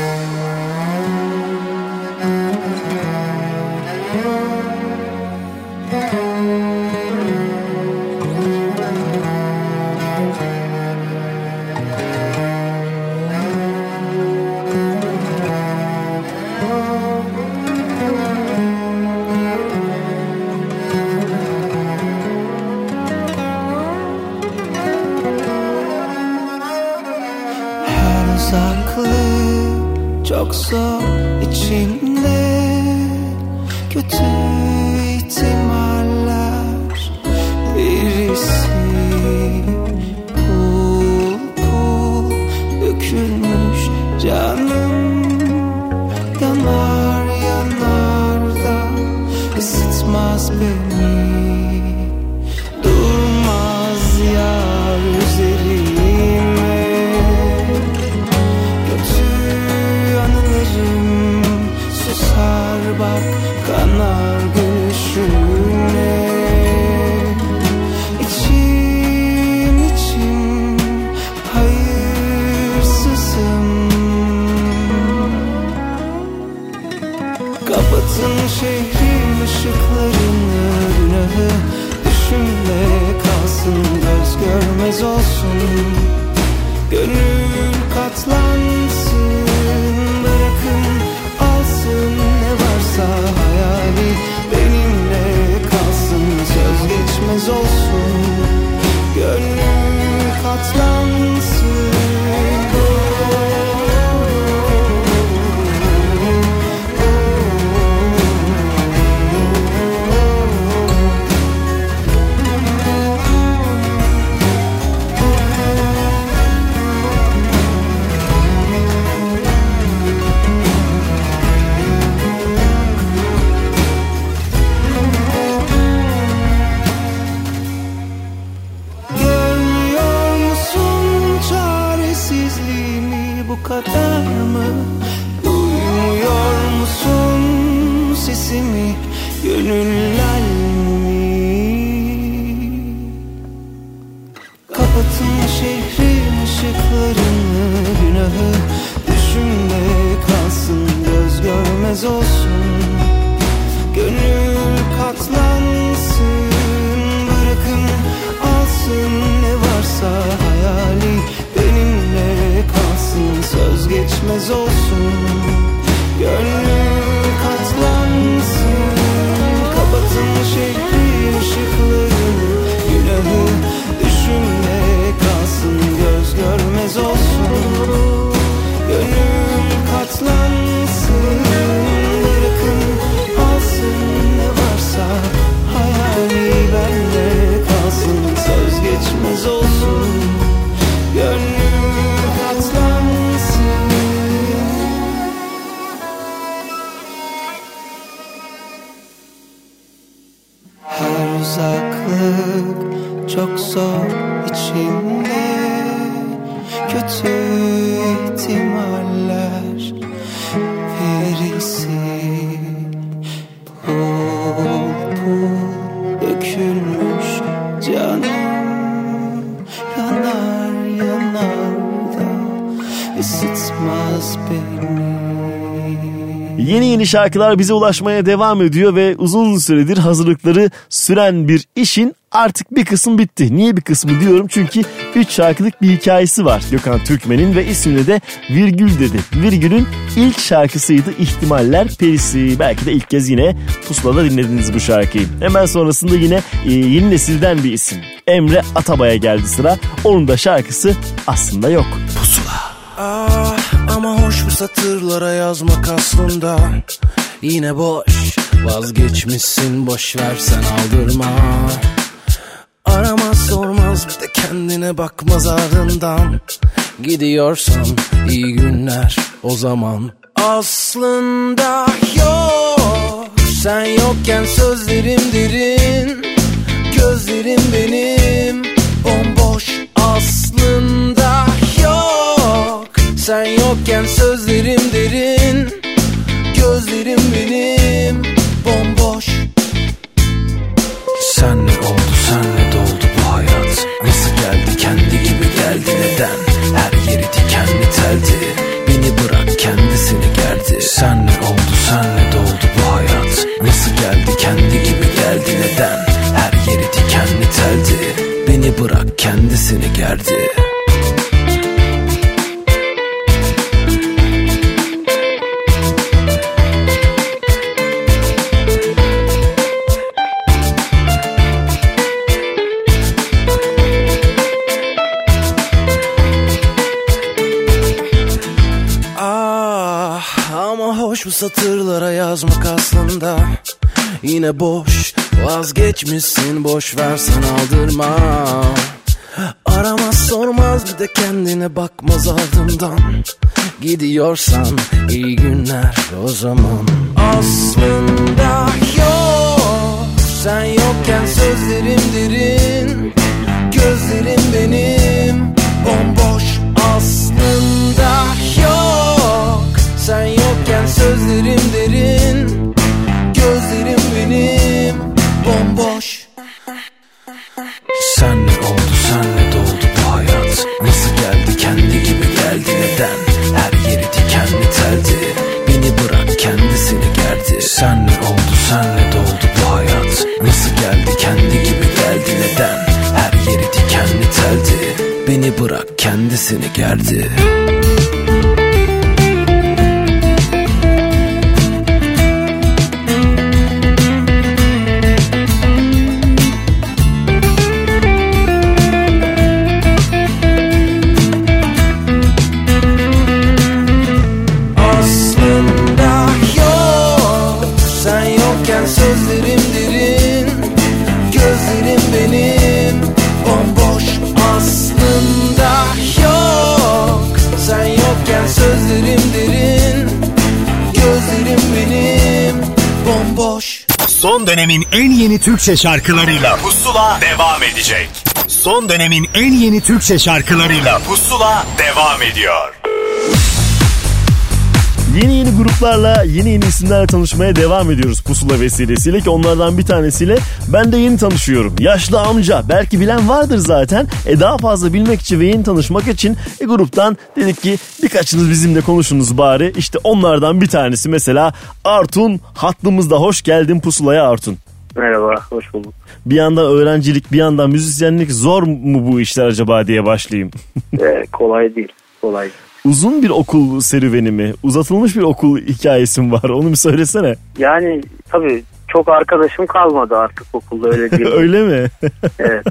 Çok zor içimde kötü ihtimaller birisi pul pul dökülmüş canım yanar yanar da ısıtmaz beni durmaz yar üzerime susar bak kanar gülüşüne İçim içim hayırsızım Kapatın şehrin ışıklarını günahı düşümle kalsın göz görmez olsun Gönül katlansın bırakın ne varsa hayali benimle kalsın söz geçmez olsun gönlüm katlansın bu kadar mı? Duymuyor musun sesimi gönüller mi? Kapatın şehrin ışıklarını günahı düşümde kalsın göz görmez olsun gönül katlansın bırakın alsın ne varsa hayali benimle kalsın söz geçmez olsun gönlüm katlansın kapatın şehrin ışıklarını günahı düşümle kalsın göz görmez olsun gönlüm katlansın bırakın alsın ne varsa hayali bende kalsın söz geçmez olsun gönlüm katlansın. Her uzaklık çok zor içimde kötü ihtimaller birisi pul pul dökülmüş canım yanar yanar da ısıtmaz beni. Yeni yeni şarkılar bize ulaşmaya devam ediyor ve uzun süredir hazırlıkları süren bir işin artık bir kısmı bitti. Niye bir kısmı diyorum? Çünkü üç şarkılık bir hikayesi var Gökhan Türkmen'in ve ismini de Virgül dedi. Virgül'ün ilk şarkısıydı İhtimaller Perisi. Belki de ilk kez yine Pusula'da dinlediniz bu şarkıyı. Hemen sonrasında yine e, yeni nesilden bir isim Emre Atabay'a geldi sıra. Onun da şarkısı Aslında Yok. Pusula. Ah, ama hoş bu satırlara yazmak aslında yine boş. Vazgeçmişsin boş ver sen aldırma. Aramaz sormaz bir de kendine bakmaz ardından. Gidiyorsan iyi günler o zaman. Aslında yok sen yokken sözlerim derin. Gözlerim benim bomboş aslında yok. Sen yokken sözlerim derin. Gözlerim benim bomboş. Sen ne oldu sen ne doldu bu hayat? Nasıl geldi kendi gibi geldi neden? geldi neden? Her yeri dikenli teldi. Beni bırak kendisini gerdi. Hoş bu satırlara yazmak aslında yine boş. Vazgeçmişsin, boş versen aldırma. Aramaz sormaz bir de kendine bakmaz ardından. Gidiyorsan iyi günler o zaman. Aslında yok, sen yokken sözlerim derin, gözlerim benim bomboş. Aslında yok, sen yokken sözlerim derin, gözlerim benim bomboş. Sen ne oldu, sen ne doldu bu hayat? Nasıl geldi, kendi gibi geldi neden? Her yeri dikenli teldi. Beni bırak kendisini gerdi. Sen ne oldu, sen ne doldu bu hayat? Nasıl geldi, kendi gibi geldi neden? Her yeri dikenli teldi. Beni bırak kendisini gerdi. Sözlerim derin, gözlerim benim bomboş. Aslında yok, sen yokken sözlerim derin, gözlerim benim bomboş. Son dönemin en yeni Türkçe şarkılarıyla Pusula devam edecek. Son dönemin en yeni Türkçe şarkılarıyla Pusula devam ediyor. Yeni yeni gruplarla, yeni yeni isimlerle tanışmaya devam ediyoruz Pusula vesilesiyle ki onlardan bir tanesiyle ben de yeni tanışıyorum. Yaşlı amca, belki bilen vardır zaten. E daha fazla bilmek için ve yeni tanışmak için e, gruptan dedik ki birkaçınız bizimle konuşunuz bari. İşte onlardan bir tanesi mesela Artun hattımızda. Hoş geldin Pusula'ya Artun. Merhaba, hoş bulduk. Bir yandan öğrencilik, bir yandan müzisyenlik, zor mu bu işler acaba diye başlayayım. e, kolay değil, kolay. Uzun bir okul serüveni mi? Uzatılmış bir okul hikayesi mi var? Onu bir söylesene. Yani tabii çok arkadaşım kalmadı artık okulda, öyle değil. Öyle mi? Evet.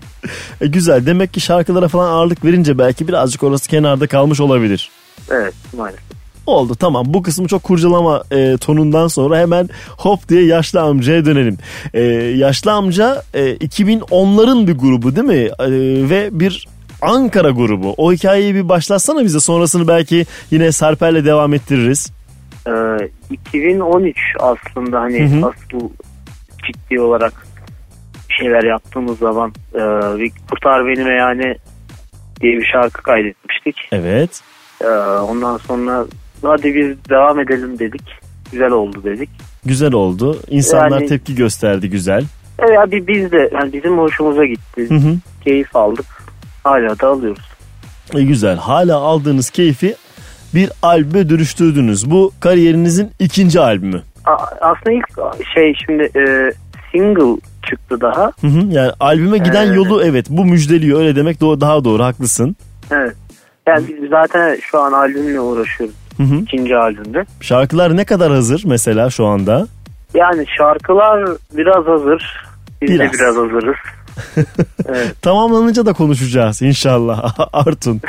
E güzel. Demek ki şarkılara falan ağırlık verince belki birazcık orası kenarda kalmış olabilir. Evet, maalesef. Oldu, tamam. Bu kısmı çok kurcalama e, tonundan sonra hemen hop diye yaşlı amcaya dönelim. E, yaşlı amca e, iki bin onların bir grubu değil mi? E, ve bir Ankara grubu. O hikayeyi bir başlatsana bize. Sonrasını belki yine Sarper'le devam ettiririz. Ee, iki bin on üç aslında hani hı hı. asıl ciddi olarak bir şeyler yaptığımız zaman e, bir Kurtar Beni Meyhane diye bir şarkı kaydetmiştik. Evet. Ee, ondan sonra hadi biz devam edelim dedik. Güzel oldu dedik. Güzel oldu. İnsanlar yani, tepki gösterdi, güzel. Evet, yani biz de yani bizim hoşumuza gitti. Hı hı. Keyif aldık. Hala da alıyoruz. E güzel. Hala aldığınız keyfi bir albüme dönüştürdünüz. Bu kariyerinizin ikinci albümü. A- aslında ilk şey şimdi e, single çıktı daha. Hı hı, yani albüme giden ee, yolu evet bu müjdeliyor. Öyle demek do- daha doğru, haklısın. Evet. Yani biz zaten şu an albümle uğraşıyoruz. Hı hı. İkinci albümde. Şarkılar ne kadar hazır mesela şu anda? Yani şarkılar biraz hazır. Biz biraz. de biraz hazırız. Evet. Tamamlanınca da konuşacağız inşallah Artun.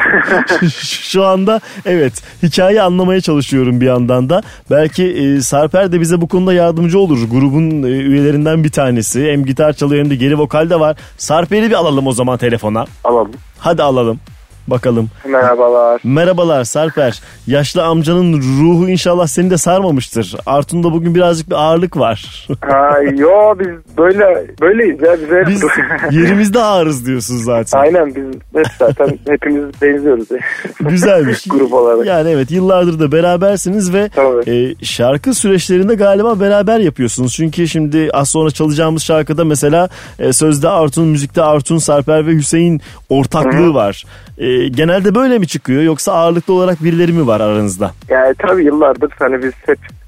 Şu anda evet hikayeyi anlamaya çalışıyorum bir yandan da. Belki e, Sarper de bize bu konuda yardımcı olur. Grubun e, üyelerinden bir tanesi. Hem gitar çalıyor hem de geri vokal de var. Sarper'i bir alalım o zaman telefona. Alalım. Hadi alalım. Bakalım. Merhabalar. Merhabalar Sarper. Yaşlı amcanın ruhu inşallah seni de sarmamıştır. Artun'da bugün birazcık bir ağırlık var. Ha, yo biz böyle böyleyiz ya. Biz, biz yerimizde ağırız diyorsun zaten. Aynen biz hep zaten hepimiz benziyoruz. Güzelmiş. Grup olarak. Yani evet yıllardır da berabersiniz ve e, şarkı süreçlerinde galiba beraber yapıyorsunuz. Çünkü şimdi az sonra çalacağımız şarkıda mesela e, sözde Artun, müzikte Artun, Sarper ve Hüseyin ortaklığı Hı-hı. var. E, genelde böyle mi çıkıyor yoksa ağırlıklı olarak birileri mi var aranızda? Yani tabii yıllardır hani biz hep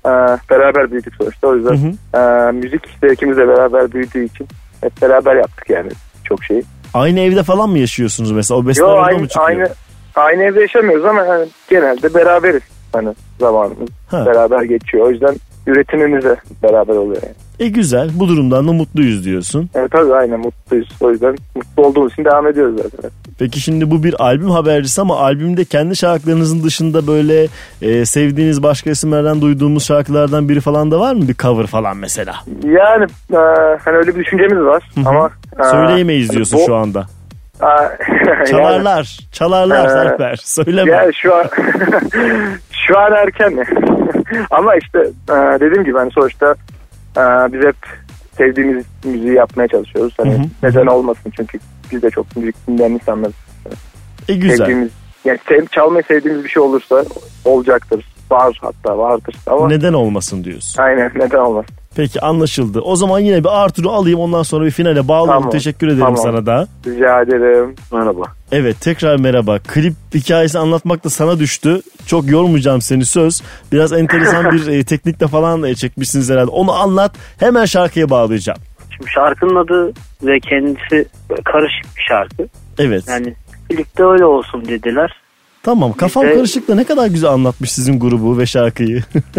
e, beraber büyüdük sonuçta. O yüzden Hı hı. e, müzik zevkimiz de beraber büyüdüğü için hep beraber yaptık yani çok şeyi. Aynı evde falan mı yaşıyorsunuz mesela? O besteler Yo, orada aynı, mı çıkıyor? aynı, aynı evde yaşamıyoruz ama yani genelde beraberiz. Hani zamanımız Ha. beraber geçiyor. O yüzden üretimimiz de beraber oluyor yani. E güzel. Bu durumdan da mutluyuz diyorsun. Evet tabii aynen mutluyuz. O yüzden mutlu olduğumuz için devam ediyoruz zaten. Peki şimdi bu bir albüm habercisi ama albümde kendi şarkılarınızın dışında böyle e, sevdiğiniz başka isimlerden duyduğumuz şarkılardan biri falan da var mı? Bir cover falan mesela. Yani e, hani öyle bir düşüncemiz var. Hı hı. Ama e, Söyleyemeyiz diyorsun bu- şu anda. e, Çalarlar. yani, Çalarlar e, Serper. Söyleme. Yani şu an şu an erken mi? Ama işte e, dediğim gibi hani sonuçta e, biz hep sevdiğimiz müziği yapmaya çalışıyoruz. Hani Hı hı. neden olmasın çünkü biz de çok müzik dinleyen insanlarız. E güzel. Sevdiğimiz, yani sev, çalmayı sevdiğimiz bir şey olursa olacaktır. Var hatta vardır. Ama Neden olmasın diyorsun. aynen neden olmasın. Peki anlaşıldı. O zaman yine bir Arthur'u alayım, ondan sonra bir finale bağlayalım. Tamam. Teşekkür ederim Tamam. sana da. Rica ederim. Merhaba. Evet, tekrar merhaba. Klip hikayesi anlatmak da sana düştü. Çok yormayacağım seni, söz. Biraz enteresan bir e, teknikle falan e, çekmişsiniz herhalde. Onu anlat. Hemen şarkıya bağlayacağım. Şimdi şarkının adı ve kendisi karışık bir şarkı. Evet. Yani klipte öyle olsun dediler. Tamam. Kafam İşte- karışık da ne kadar güzel anlatmış sizin grubu ve şarkıyı.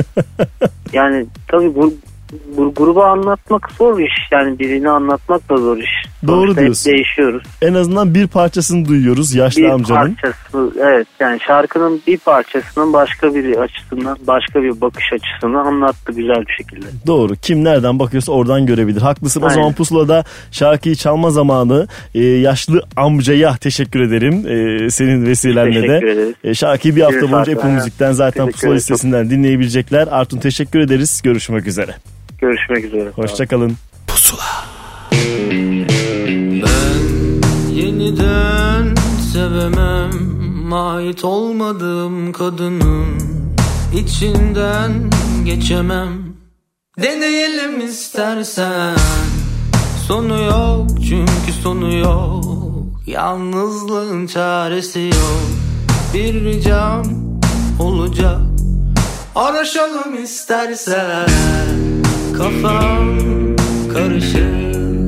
Yani tabii bu, bu grubu anlatmak zor iş. Yani birini anlatmak da zor iş. Doğru Sonuçta hep diyorsun. değişiyoruz. En azından bir parçasını duyuyoruz yaşlı Bir amcanın. parçası, evet, yani şarkının bir parçasının başka bir açısından, başka bir bakış açısını anlattı güzel bir şekilde. Doğru. Kim nereden bakıyorsa oradan görebilir. Haklısın. O Aynen. zaman Pusula'da şarkıyı çalma zamanı. Ee, yaşlı amcaya teşekkür ederim. Ee, senin vesilenle de. Teşekkür ederiz. Ee, şarkıyı bir hafta Bir boyunca saat Apple daha. Müzik'ten zaten Teşekkür Pusula ederim. listesinden dinleyebilecekler. Artun teşekkür ederiz. Görüşmek üzere. Görüşmek üzere. Hoşçakalın. Yeniden sevemem, ait olmadığım kadının içinden geçemem. Deneyelim istersen, sonu yok çünkü sonu yok. Yalnızlığın çaresi yok. Bir ricam olacak, araşalım istersen. Kafam karışık.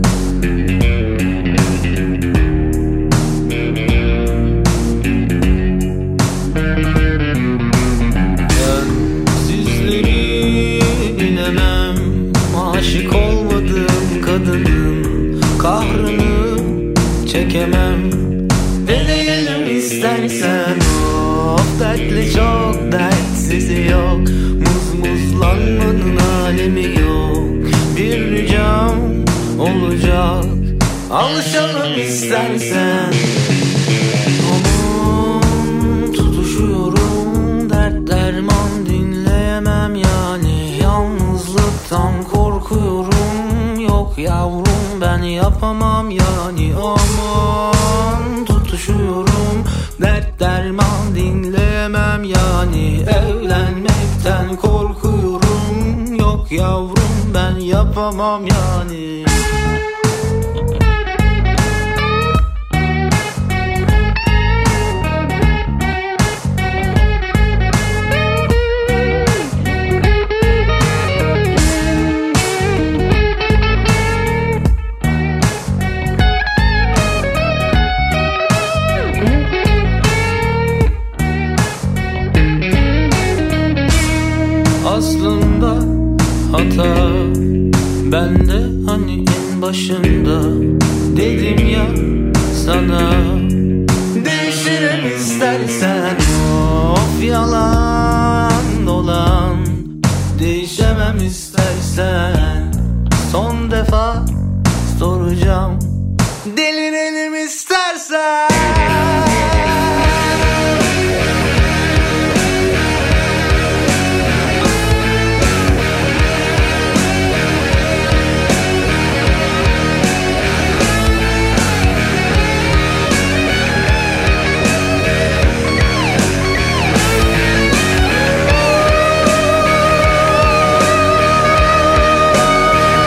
Sizleri bilemem, aşık olmadığım kadının kahrını çekemem. Deneyelim istersen, of dertli çok dertsizi yok. Muzmuzlanmanın alemi yok. Bir ricam olacak, alışalım istersen. Aman tutuşuyorum, dert derman dinleyemem yani. Yalnızlıktan korkuyorum, yok yavrum ben yapamam yani. Aman tutuşuyorum, dert derman dinleyemem yani. Evlenmekten korkuyorum, yok yavrum ben yapamam yani. Aslında hata bende, hani en başında dedim ya sana. Değişirim istersen, of yalan dolan. Değişemem istersen, son defa soracağım. Delirelim istersen.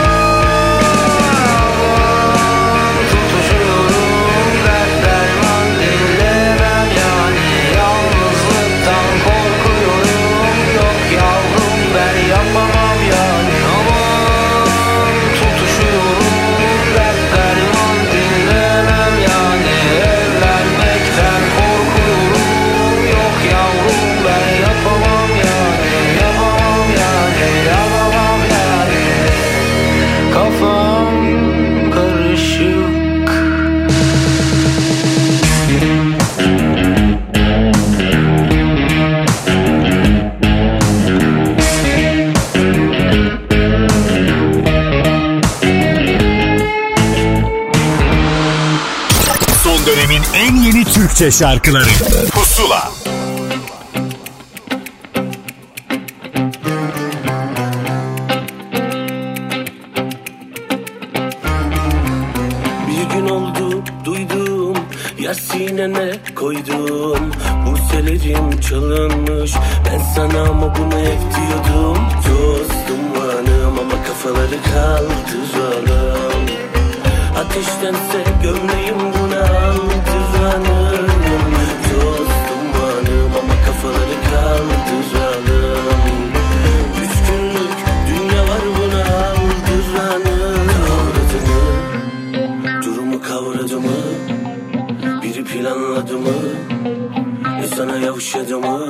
Tutuşuyorum, dert derman kafam karışık. Son dönemin en yeni Türkçe şarkıları Pusula. Bir gün oldu duydum, ya sinene koydum. Burselerim çalınmış, ben sana ama bunu hep diyordum. Toz dumanım ama kafaları kaldıralım. Ateştense gömleğim buna aldıranım. Toz dumanım ama kafaları kaldıralım. Üç günlük dünya var buna aldıranım. Kavradı mı? Durumu kavradı mı? Biri planladı mı? E sana yavşadı mı?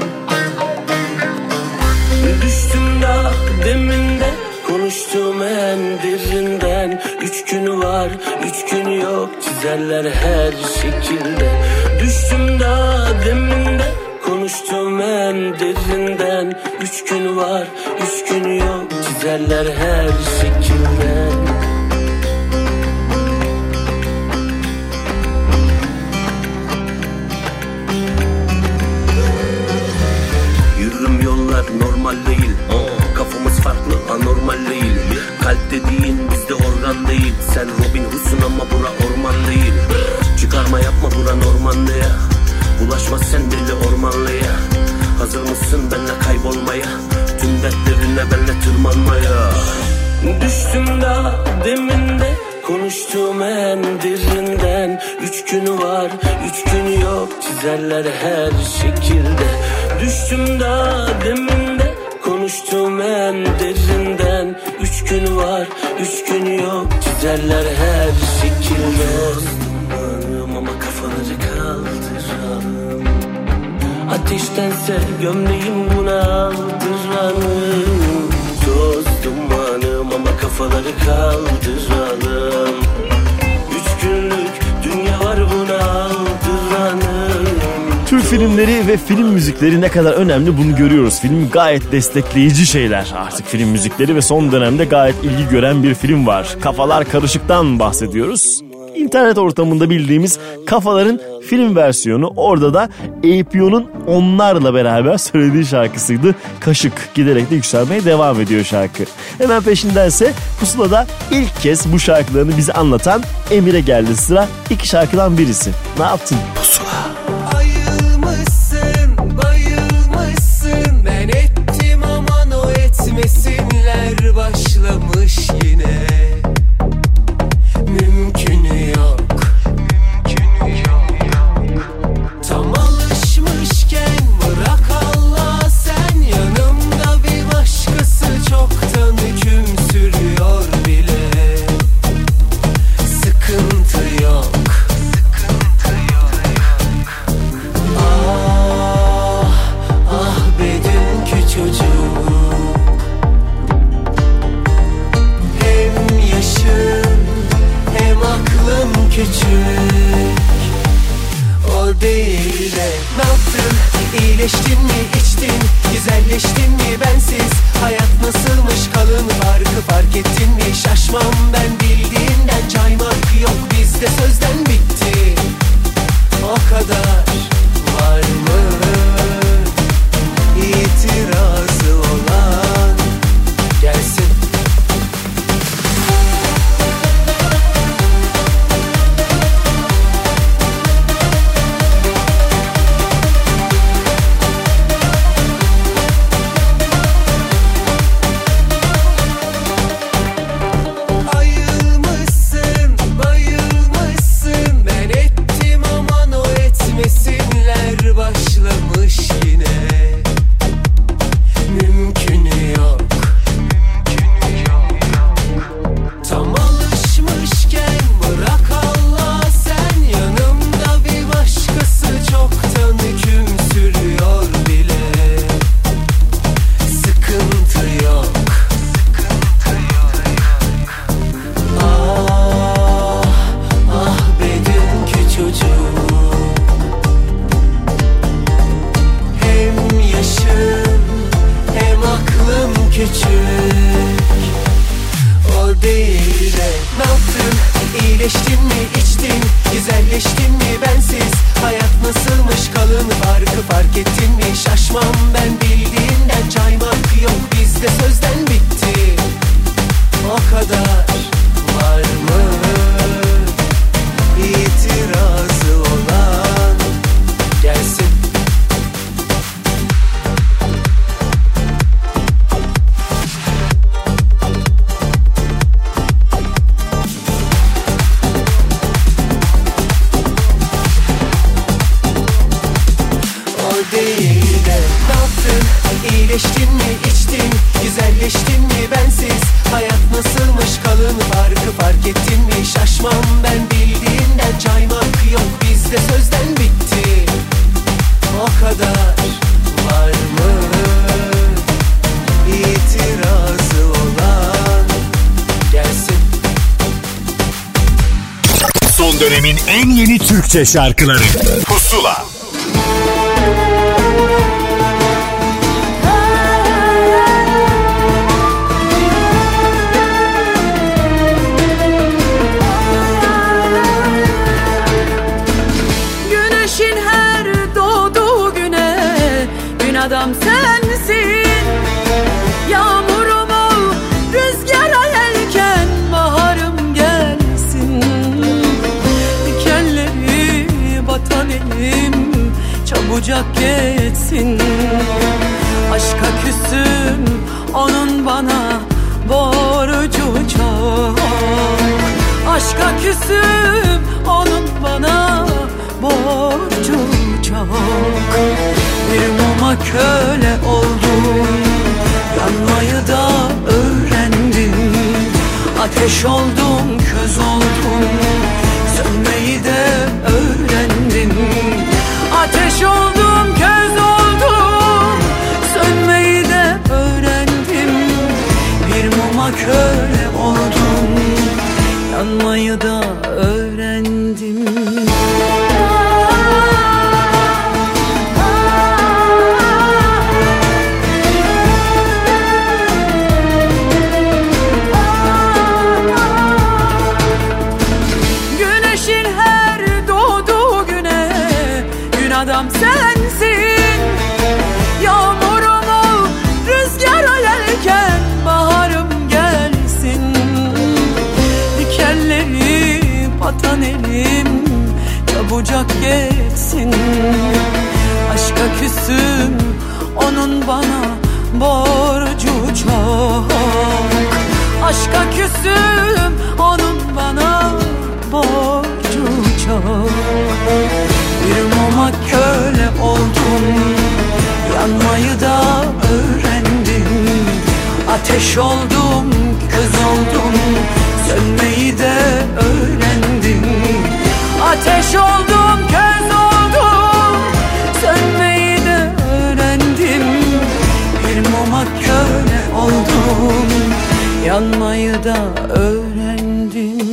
Düştüm daha deminde, konuştuğum en derinden. Üç günü var, üç gün yok, çizerler her şekilde. Düştüm daha deminde, konuştuğum en derinden. Üç günü var, üç gün yok, çizerler her şekilde. Yürürüm yollar normal değil, kafamız farklı anormal değil. Kalp dediğin bizde organ değil. Sen Robin Hood'sun ama bura orman değil. Çıkarma yapma bura Normanlıya. Bulaşma sen deli ormanlıya. Hazır mısın benimle kaybolmaya? Tüm dertlerine benimle tırmanmaya. Düştüm daha deminde, konuştuğum en derinden. Üç günü var, üç gün yok, çizerler her şekilde. Düştüm daha deminde, konuştuğum en derinden. Üç gün var, üç gün yok, çizerler her şekilde. Dumanım ama kafaları kaldıralım. Ateştense gömleğim buna aldıranım. Toz dumanım ama kafaları kaldıralım. Üç günlük dünya var buna aldıranım. Türk filmleri ve film müzikleri ne kadar önemli bunu görüyoruz. Film gayet destekleyici şeyler artık film müzikleri ve son dönemde gayet ilgi gören bir film var. Kafalar Karışık'tan bahsediyoruz. İnternet ortamında bildiğimiz Kafalar'ın film versiyonu, orada da A P O'nun onlarla beraber söylediği şarkısıydı. Kaşık, giderek de yükselmeye devam ediyor şarkı. Hemen peşindense Pusula'da ilk kez bu şarkılarını bize anlatan Emir'e geldi sıra. İki şarkıdan birisi. Ne yaptın? Pusula. Bayılmışsın, ben ettim aman o etmesinler, başlamış yine. Mümkünü yok, mümkünü yok. Tam alışmışken bırak Allah, sen yanımda bir başkası çoktan hüküm sürüyor bile. Sıkıntı yok. Küçük o değil de ne yaptın? İyileştin mi, içtin, güzelleştin mi bensiz? Hayat nasılmış, kalın farkı fark ettin mi? Şaşmam ben bildiğinden, caymak yok bizde, sözden bitti. O kadar var mı itirazı olan? Gelsin. de ne yaptın? İyileştin mi, içtin, güzelleştin mi bensiz? Hayat nasılmış kalın farkı fark ettin mi? Şaşmam ben bildiğinden, caymak yok bizde sözden bitti. O kadar var mı itirazı olan? Gelsin. Değil de ne yaptın? İyileştin mi, içtin, güzelleştin mi bensiz? Hayat nasılmış kalın farkı fark ettin mi? Şaşmam ben bildiğinden, caymak yok bizde sözden bitti. O kadar var mı itirazı olan? Gelsin. Son dönemin en yeni Türkçe şarkıları Pusula. Adam sensin, yağmurum ol, rüzgara yelken, baharım gelsin. Dikenleri batan elim çabucak geçsin. Aşka küsüm, onun bana borcu çok. Aşka küsüm, onun bana borcu çok. Bir muma köle oldum, yanmayı da öğrendim. Ateş oldum, köz oldum, sönmeyi de öğrendim. Ateş oldum, köz oldum, sönmeyi de öğrendim. Bir muma köle oldum, yanmayı da öğrendim. Adam sensin, yağmurum ol, rüzgara yelken, baharım gelsin. Dikenleri batan elim çabucak geçsin. Aşka küsüm, onun bana borcu çok. Aşka küsüm, onun bana borcu çok. Bir muma köle oldum, yanmayı da öğrendim. Ateş oldum, köz oldum, sönmeyi de öğrendim. Ateş oldum, köz oldum, sönmeyi de öğrendim. Bir muma köle oldum, yanmayı da öğrendim.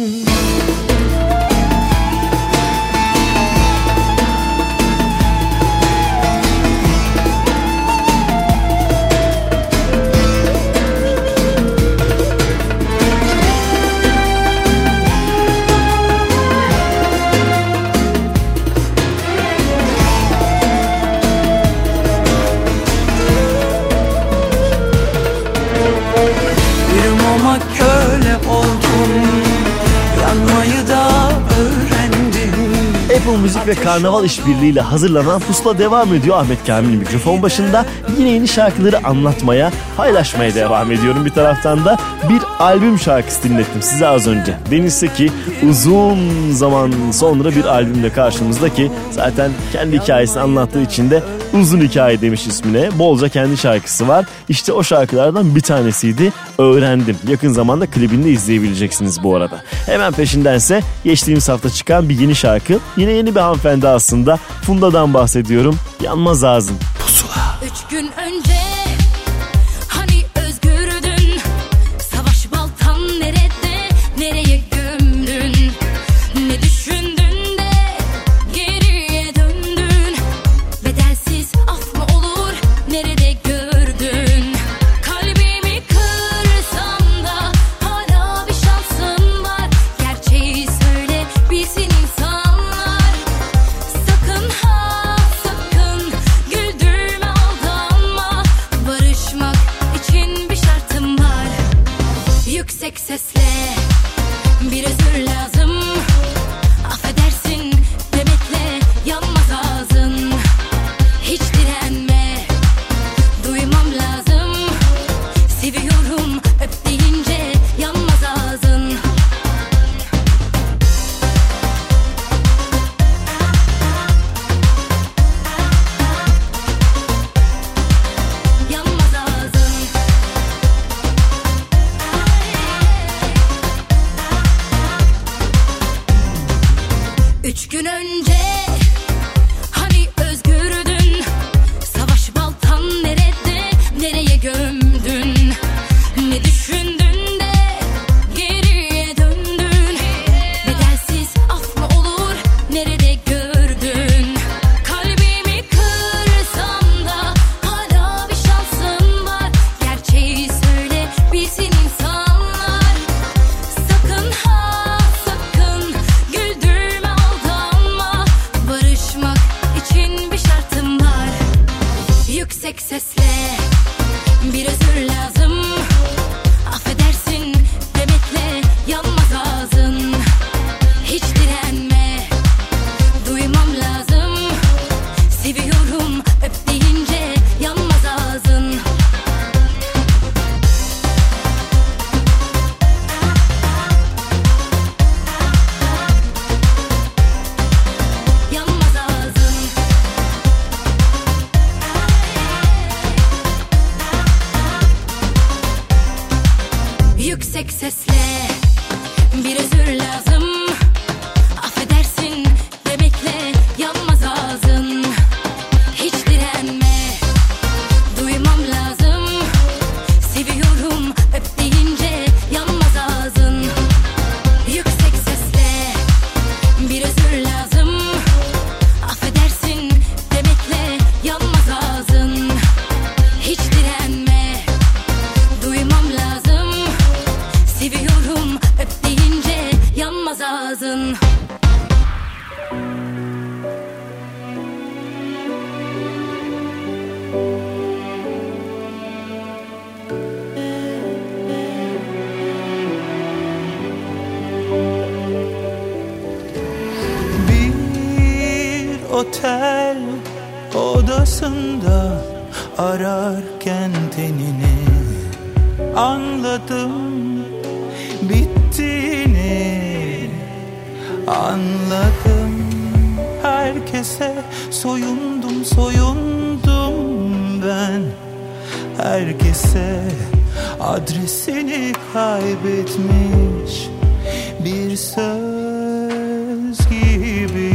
Köle oldum, yanmayı da öğrendim. Apple Müzik ve Karnaval işbirliğiyle hazırlanan Pusula devam ediyor. Ahmet Kamil mikrofon başında. Yine yeni şarkıları anlatmaya, paylaşmaya devam ediyorum. Bir taraftan da bir albüm şarkısı dinlettim size az önce. Deniz Seki uzun zaman sonra bir albümle karşımızda ki zaten kendi hikayesini anlattığı için de Uzun Hikaye demiş ismine. Bolca kendi şarkısı var. İşte o şarkılardan bir tanesiydi. Öğrendim. Yakın zamanda klibini de izleyebileceksiniz bu arada. Hemen peşindense geçtiğimiz hafta çıkan bir yeni şarkı. Yine yeni bir hanımefendi aslında. Funda'dan bahsediyorum. Yanmaz Ağzın. Pusula. Üç gün önce hani özgürdün, savaş baltan nerede, nereye gömdün, ne düşündün de geriye döndün, bedelsiz af mı olur, nerede gördün, kalbimi kırsam da hala bir şansın gün önce hani özgürdün, savaş baltan nerede, nereye gömdün, ne düşündün de geriye döndün, bedelsiz af mı olur, nerede gördün, kalbimi kırsam da hala bir şansım var, gerçeği söyle bilsin insanlar, sakın ha sakın güldürme aldanma, barışmak için bir şartım var, yüksek sesle bir özür lazım, affedersin demekle yanmaz ağzın, hiç direnme duymam lazım, seviyorum öp deyince yanmaz ağzın. Yanmaz ağzın. Yüksek sesle bir özür lazım, affedersin demekle yanmaz ağzın, hiç direnme duymam lazım, seviyorum öp deyince yanmaz ağzın. Yüksek sesle bir özür lazım, affedersin demekle yanmaz ağzın, hiç direnme duymam lazım, seviyorum öp deyince yanmaz ağzın. Bir otel odasında ararken tenini anladım, bittiğini anladım. Herkese soyundum soyundum ben, herkese adresini kaybetmiş bir söz gibi.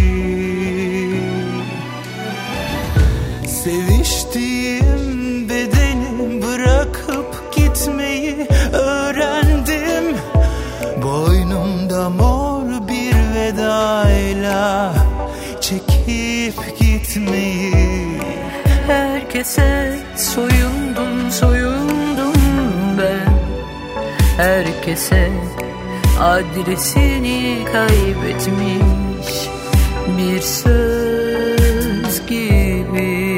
Seviştiğim bedeni bırakıp gitmeyi öğrendim, boynumda mor bir vedayla çekip gitmeyi. Herkese soyundum soyundum ben, herkese adresini kaybetmiş bir söz gibi.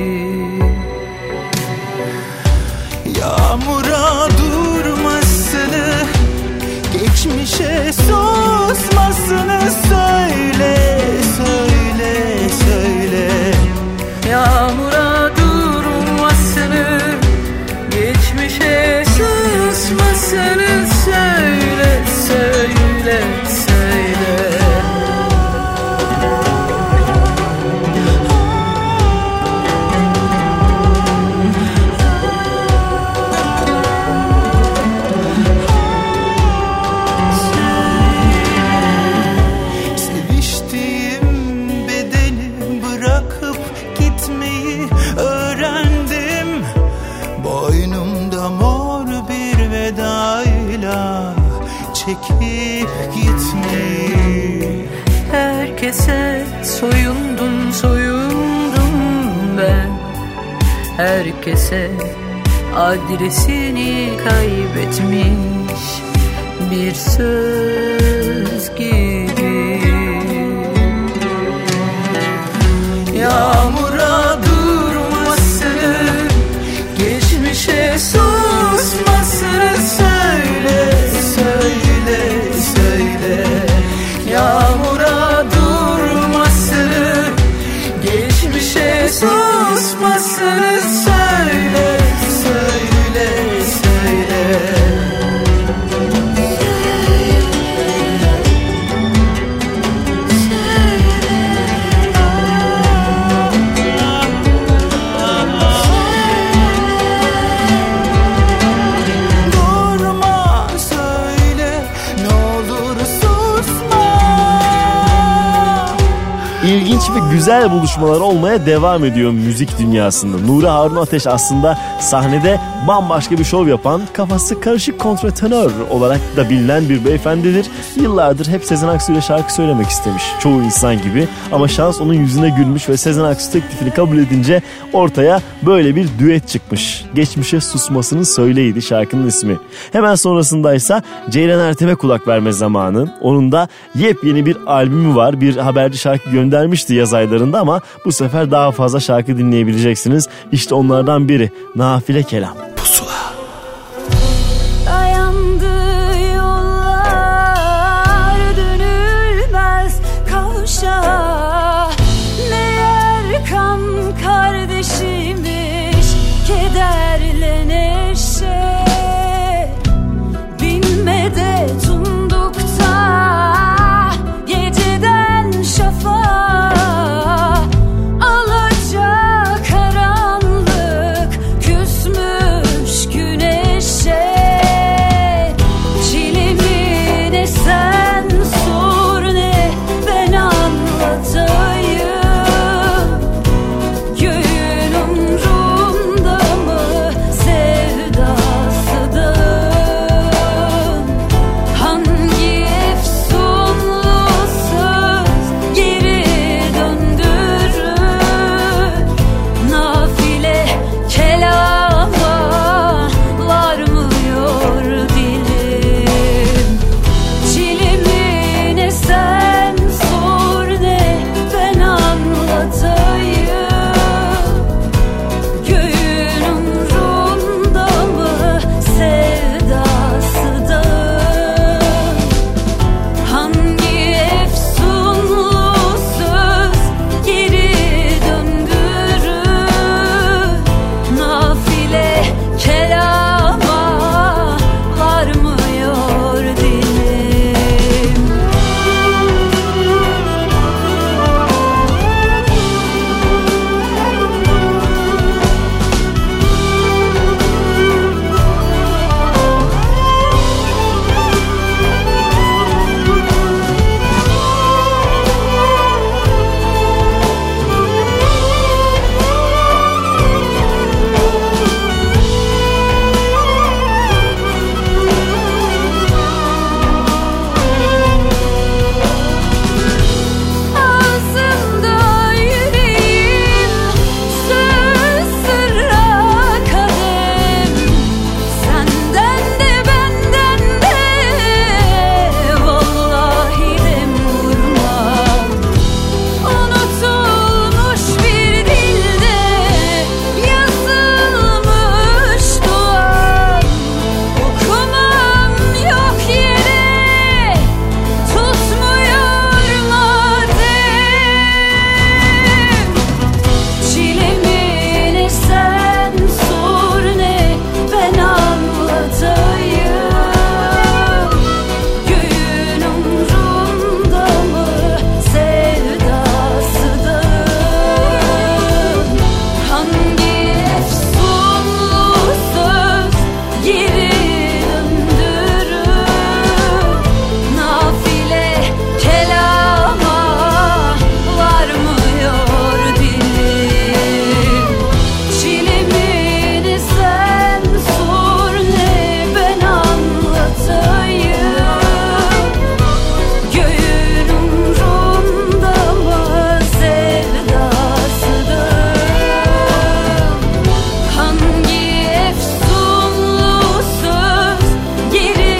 Yağmura durmasını, geçmişe susmasını söyle, söyle, söyle. Yağmura durmasını, geçmişe susmasını söyle, söyle, söyle. Çekip gitmeyi. Herkese soyundum soyundum ben, herkese adresini kaybetmiş bir söz gibi. Yağmura durmasını, geçmişe susmasını söyle, söyle, söyle. Yağmura durmasını, geçmişe susmasını söyle, söyle, söyle. İlginç ve güzel buluşmalar olmaya devam ediyor müzik dünyasında. Nuri Harun Ateş aslında sahnede bambaşka bir şov yapan, kafası karışık kontratenör olarak da bilinen bir beyefendidir. Yıllardır hep Sezen Aksu ile şarkı söylemek istemiş, çoğu insan gibi. Ama şans onun yüzüne gülmüş ve Sezen Aksu teklifini kabul edince ortaya böyle bir düet çıkmış. Geçmişe susmasının söyleydi şarkının ismi. Hemen sonrasındaysa Ceylan Ertem'e kulak verme zamanı. Onun da yepyeni bir albümü var. Bir haberci şarkı göndermişti yaz aylarında ama bu sefer daha fazla şarkı dinleyebileceksiniz. İşte onlardan biri Nafile Kelam. Pusula. Dayandı yollar dönülmez kavşağa. Meğer kan kardeşimiz kederle neşe. Binmede tundukta geceden şafağa. Alacakaranlık küsmüş güneşe. Çilemi ne sen sor ne ben anlatayım. Göğün umrumda mı sevdasıdır. Hangi efsunlu söz geri döndürür. Nafile kelama varmıyor dilim. Çilemi ne sen sor ne ben anlatayım. Göğün umrumda mı sevdasıdır. Hangi efsunlu söz geri döndürür. Nafile kelama varmıyor dilim. Ağzımda yüreğim söz sırra kadem. Senden de benden de vallahi dem vurmam. Unutulmuş bir dilde yazılmış duam. Okumam yok yere tutmuyor madem. Çilemi ne sen sor ne ben anlatayım. Göğün umrumda mı sevdasıdır. Hangi efsunlu söz geri döndürür. Nafile kelama varmıyor dilim. Çilemi ne sen sor ne ben anlatayım. Göğün umrumda mı sevdasıdır. Hangi efsunlu söz geri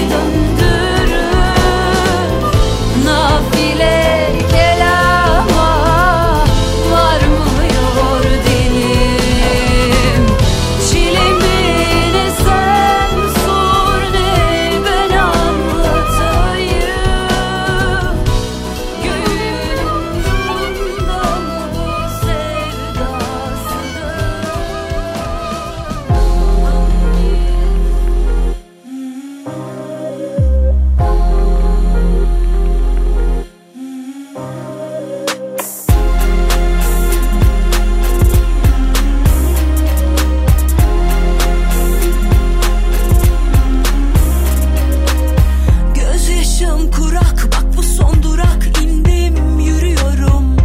döndürür. Nafile kelama varmıyor dilim. Çilemi ne sen sor ne ben anlatayım. Göğün umrumda mı Gözyaşım kurak bak bu son durak indim yürüyorum.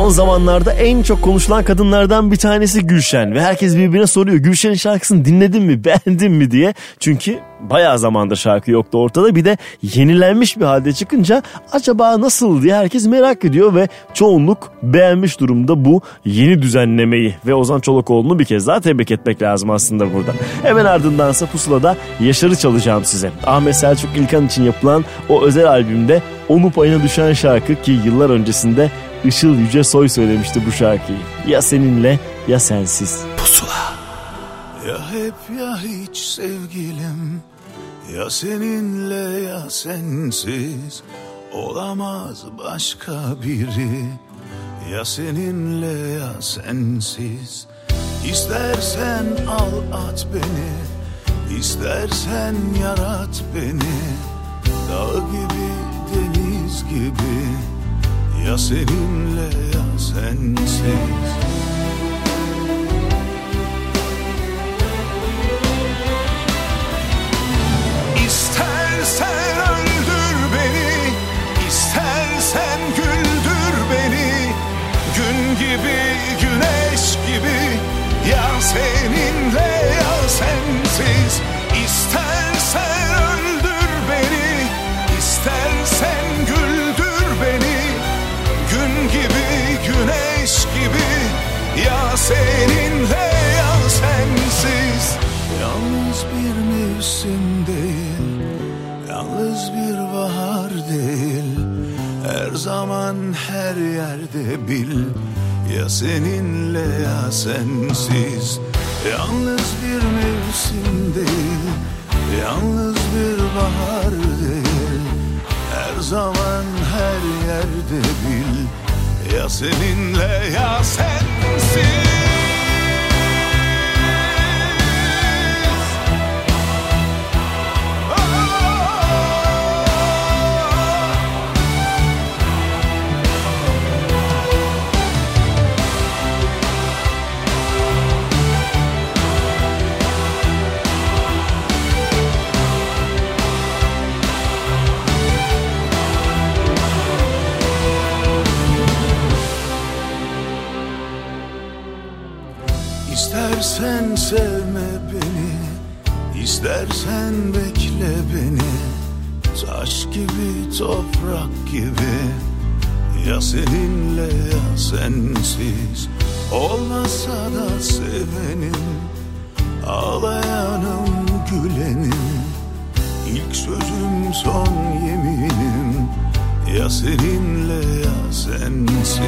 zamanlarda en çok konuşulan kadınlardan bir tanesi Gülşen. Ve herkes birbirine soruyor, Gülşen'in şarkısını dinledin mi, beğendin mi diye. Çünkü bayağı zamandır şarkı yoktu ortada. Bir de yenilenmiş bir halde çıkınca acaba nasıl diye herkes merak ediyor. Ve çoğunluk beğenmiş durumda bu yeni düzenlemeyi. Ve Ozan Çolakoğlu'nu bir kez daha tebrik etmek lazım aslında burada. Hemen ardındansa Pusula'da Yaşar'ı çalacağım size. Ahmet Selçuk İlkan için yapılan o özel albümde onun payına düşen şarkı ki yıllar öncesinde Işıl Yücesoy söylemişti bu şarkıyı. Ya seninle ya sensiz. Pusula. Ya hep ya hiç sevgilim, ya seninle ya sensiz. Olamaz başka biri, ya seninle ya sensiz. İstersen al at beni, istersen yarat beni. Dağ gibi, deniz gibi, ya seninle ya sensiz. İstersen öldür beni, istersen güldür beni. Gün gibi, güneş gibi, ya seninle ya sensiz. İstersen öldür beni, istersen güldür beni. Gün gibi, güneş gibi, ya seninle ya sensiz. Yalnız bir mevsim değil, yalnız bir bahar değil. Her zaman her yerde bil, ya seninle ya sensiz. Yalnız bir mevsim değil, yalnız bir bahar değil. Her zaman her yerde bil, ya seninle ya sensiz. İstersen sevme beni, istersen bekle beni. Taş gibi, toprak gibi, ya seninle ya sensiz. Olmasa da sevenim, ağlayanım, gülenim. İlk sözüm, son yeminim, ya seninle ya sensiz.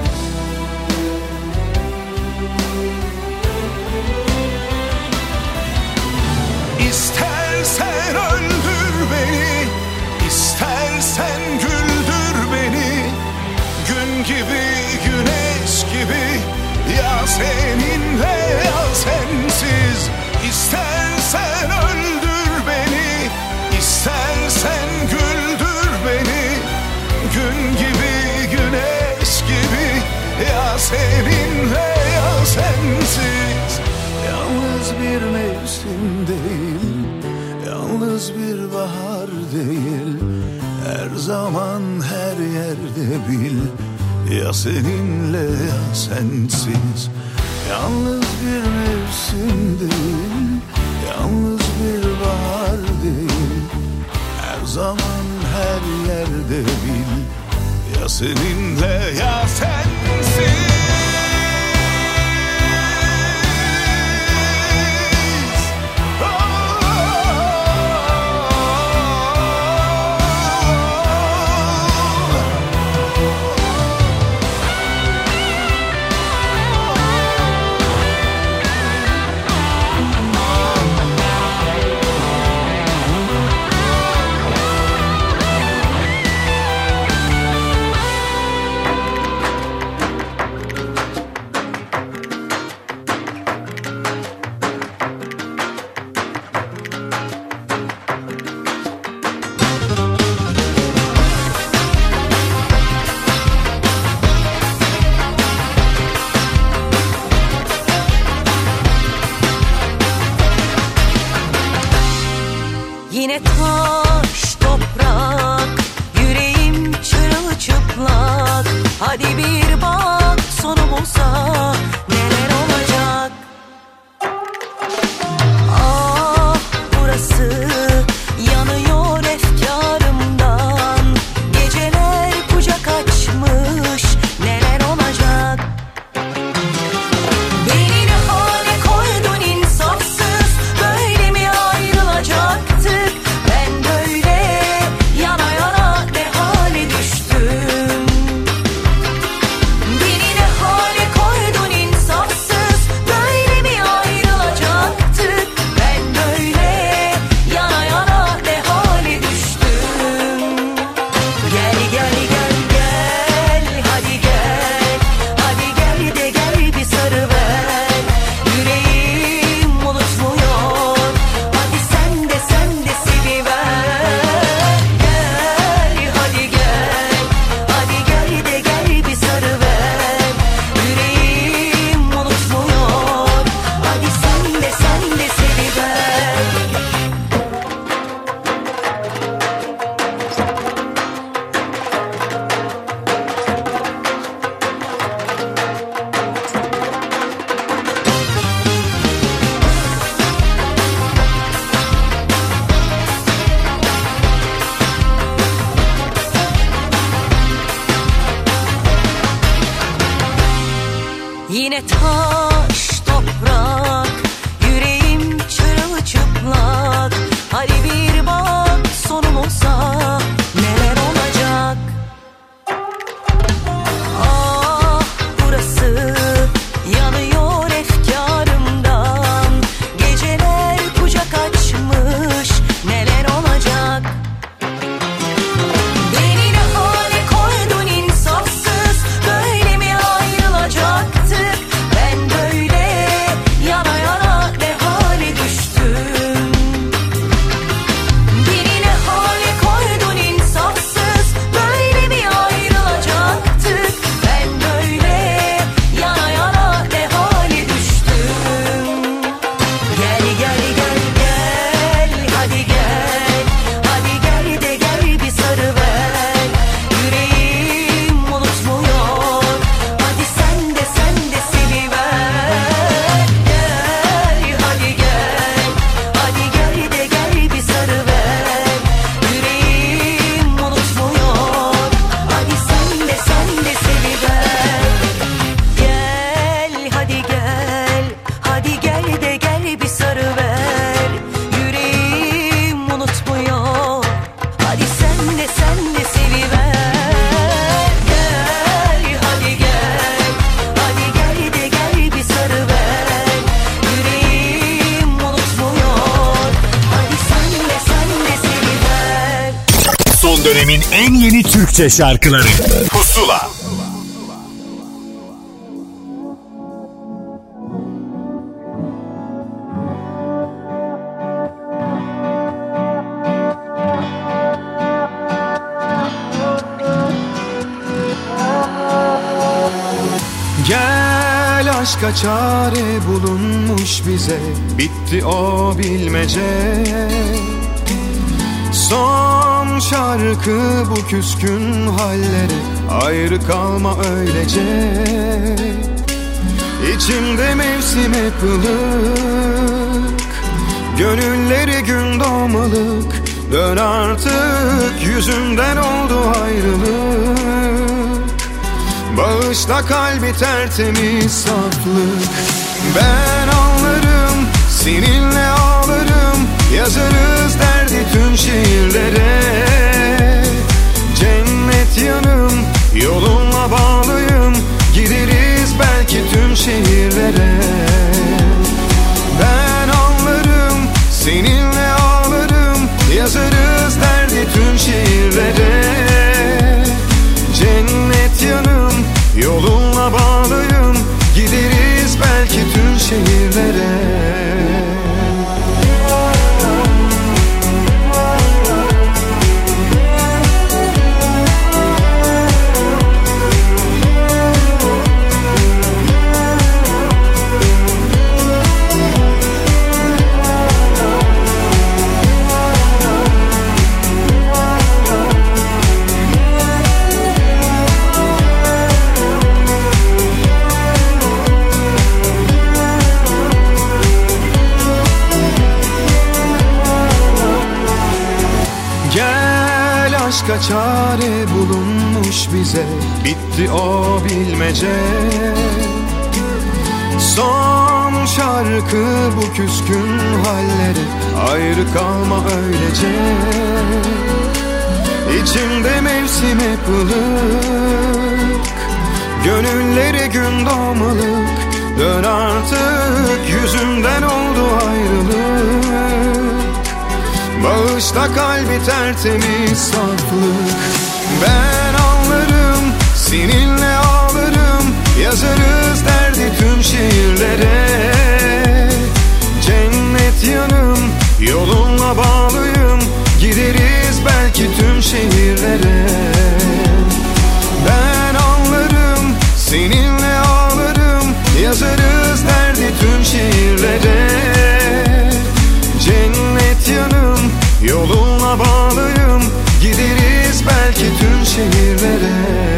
İstersen öldür beni, istersen güldür beni. Gün gibi, güneş gibi, ya seninle ya sensiz. İstersen öldür beni, istersen güldür beni. Gün gibi, güneş gibi, ya seninle ya sensiz. Yalnız bir mevsim değil, yalnız bir bahar değil. Her zaman her yerde bil, ya seninle ya sensiz. Yalnız bir mevsim değil, yalnız bir bahar değil. Her zaman her yerde bil, ya seninle ya sensiz. Yine taş toprak, yüreğim çırılçıplak. Hadi bir bak sonum olsa neler olacak? Ah burası yanıyor efkarımdan, geceler kucak açmış neler olacak? Beni ne hale koydun insafsız, böyle mi ayrılacaktık? Ben böyle yana yana ne hale düştüm? Beni ne hale koydun insafsız, böyle mi ayrılacaktık? Ben böyle yana yana ne hale düştüm? Gel gel gel gel, hadi gel, hadi gel de gel bir sarıver. Yüreğim unutmuyor, hadi sen de sen de seviver. Gel hadi gel, hadi gel de gel bir sarıver. Yüreğim unutmuyor, hadi sen de sen de seviver. Yine taş toprak, yüreğim çırılçıplak. Hadi bir bak sonum olsa neler olacak? Ah burası yanıyor efkarımdan, geceler kucak açmış neler olacak? Beni ne hale koydun insafsız, böyle mi ayrılacaktık? Ben böyle yana yana ne hale düştüm? Beni ne hale koydun insafsız, böyle mi ayrılacaktık? Ben böyle yana yana ne hale düştüm? Gel gel gel gel, hadi gel, hadi gel de gel bir sarıver. Yüreğim unutmuyor, hadi sen de sen de seviver. Gel hadi gel, hadi gel de gel bir sarıver. Yüreğim unutmuyor, hadi sen de sen de seviver. Gel hadi gel, hadi gel de gel bir sarıver. Yüreğim unutmuyor, hadi sen de sen de seviver. Gel hadi gel, hadi gel de gel bir sarıver. Yüreğim unutmuyor, hadi sen de sen de seviver. Son dönemin en yeni Türkçe şarkıları Pusula. Gel aşka çare bulunmuş bize, bitti o bilmece. Son şarkı bu küskün hallere, ayrı kalma öylece. İçimde mevsim hep ılık, gönülleri gün doğmalık. Dön artık, yüzünden oldu ayrılık. Bağışla kalbi tertemiz saflık. Ben ağlarım, seninle ağlarım. Yazarız derdi tüm şiirlere. Cennet yanım, yolunla bağlıyım. Gideriz belki tüm şehirlere. Ben ağlarım, seninle ağlarım. Yazarız derdi tüm şiirlere. Cennet yanım, yolunla bağlıyım. Gideriz belki tüm şehirlere. başka çare bulunmuş bize. Bitti o bilmece. Son şarkı bu küskün hallere. Ayrı kalma öylece. İçimde mevsim hep ılık, gönülleri gün doğmalık. Dön artık, yüzümden oldu ayrılık. Bağışla kalbi tertemiz saflık. Ben ağlarım, seninle ağlarım. Yazarız derdi tüm şiirlere. Cennet yanım, yolunla bağlıyım. Gideriz belki tüm şehirlere. Ben ağlarım, seninle ağlarım. Yazarız derdi tüm şiirlere. Cennet yanım, yoluna bağlıyım. Gideriz belki tüm şehirlere.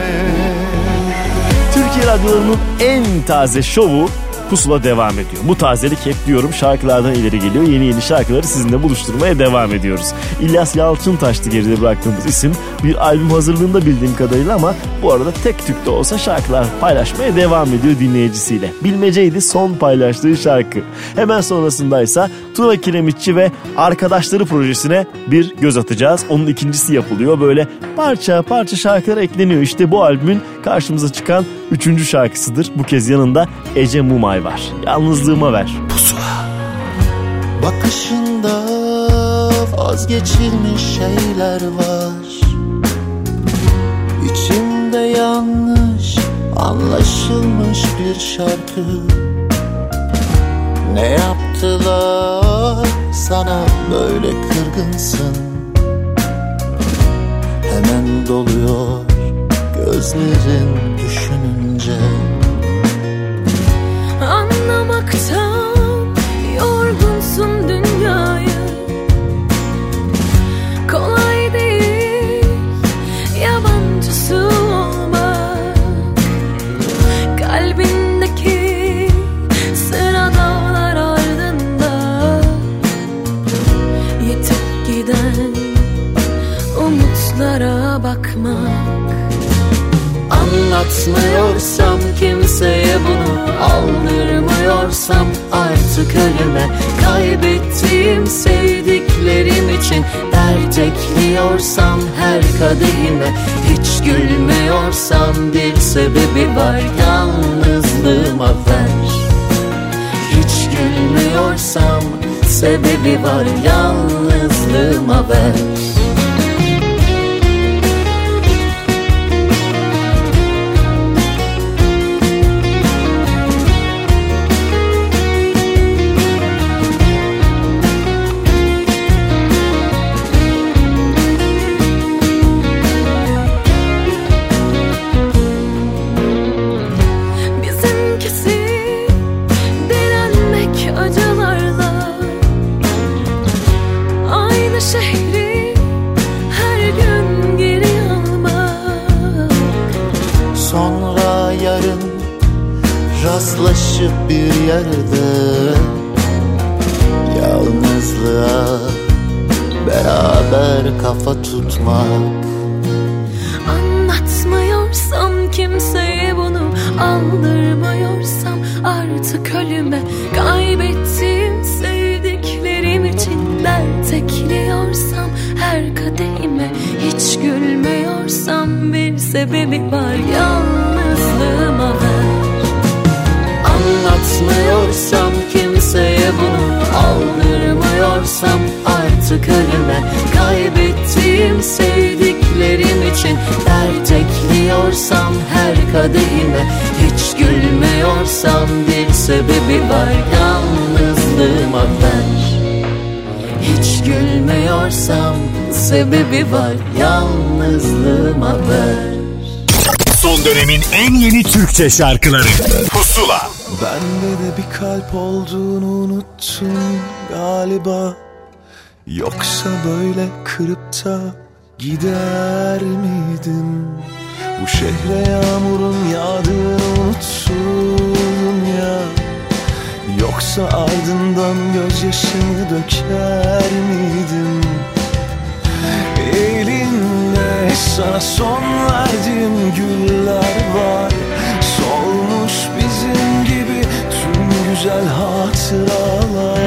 Türkiye radyolarının en taze şovu Pusula devam ediyor. Bu tazelik hep diyorum şarkılardan ileri geliyor. Yeni yeni şarkıları sizinle buluşturmaya devam ediyoruz. İlyas Yalçıntaş'tı geride bıraktığımız isim. Bir albüm hazırlığında bildiğim kadarıyla ama bu arada tek tük de olsa şarkılar paylaşmaya devam ediyor dinleyicisiyle. Bilmeceydi son paylaştığı şarkı. Hemen sonrasındaysa Tuna Kiremitçi ve Arkadaşları projesine bir göz atacağız. Onun ikincisi yapılıyor. Böyle parça parça şarkılar ekleniyor. İşte bu albümün karşımıza çıkan üçüncü şarkısıdır. Bu kez yanında Ece Mumay var. Yalnızlığıma ver. Pusula. Bakışında vazgeçilmiş şeyler var. İçimde yanlış anlaşılmış bir şarkı. Ne yaptılar sana böyle kırgınsın? Hemen doluyor gözlerin düşününce. Anlamaktan yorgunsun dünyayı. Kolay değil yabancısı olmak. Kalbindeki sıra dağlar ardında yetip giden umutlara bakmak. Anlatmıyorsam kimseye bunu, aldırmıyorsam artık ölüme, kaybettiğim sevdiklerim için dert ekliyorsam her kadehime, hiç gülmüyorsam bir sebebi var, yalnızlığıma ver. Hiç gülmüyorsam sebebi var, yalnızlığıma ver. Rastlaşıp bir yerde yalnızlığa beraber kafa tutmak. Anlatmıyorsam kimseye bunu, aldırmıyorsam artık ölüme, kaybettiğim sevdiklerim için dert ekliyorsam her kadehime, hiç gülmüyorsam bir sebebi var, yalnızlığıma ver. Anlatmıyorsam kimseye bunu, aldırmıyorsam artık ölüme, kaybettiğim sevdiklerim için dert ekliyorsam her kadehime, hiç gülmüyorsam bir sebebi var, yalnızlığıma ver. Hiç gülmüyorsam sebebi var, yalnızlığıma ver. Son dönemin en yeni Türkçe şarkıları Pusula. Bende de bir kalp olduğunu unuttum galiba. Yoksa böyle kırıp da gider miydim? Bu şehre yağmurun yağdığını unuttun ya. Yoksa ardından gözyaşımı döker miydim? Elinle sana son verdiğim güller var. Solmuş bizim gibi tüm güzel hatıralar.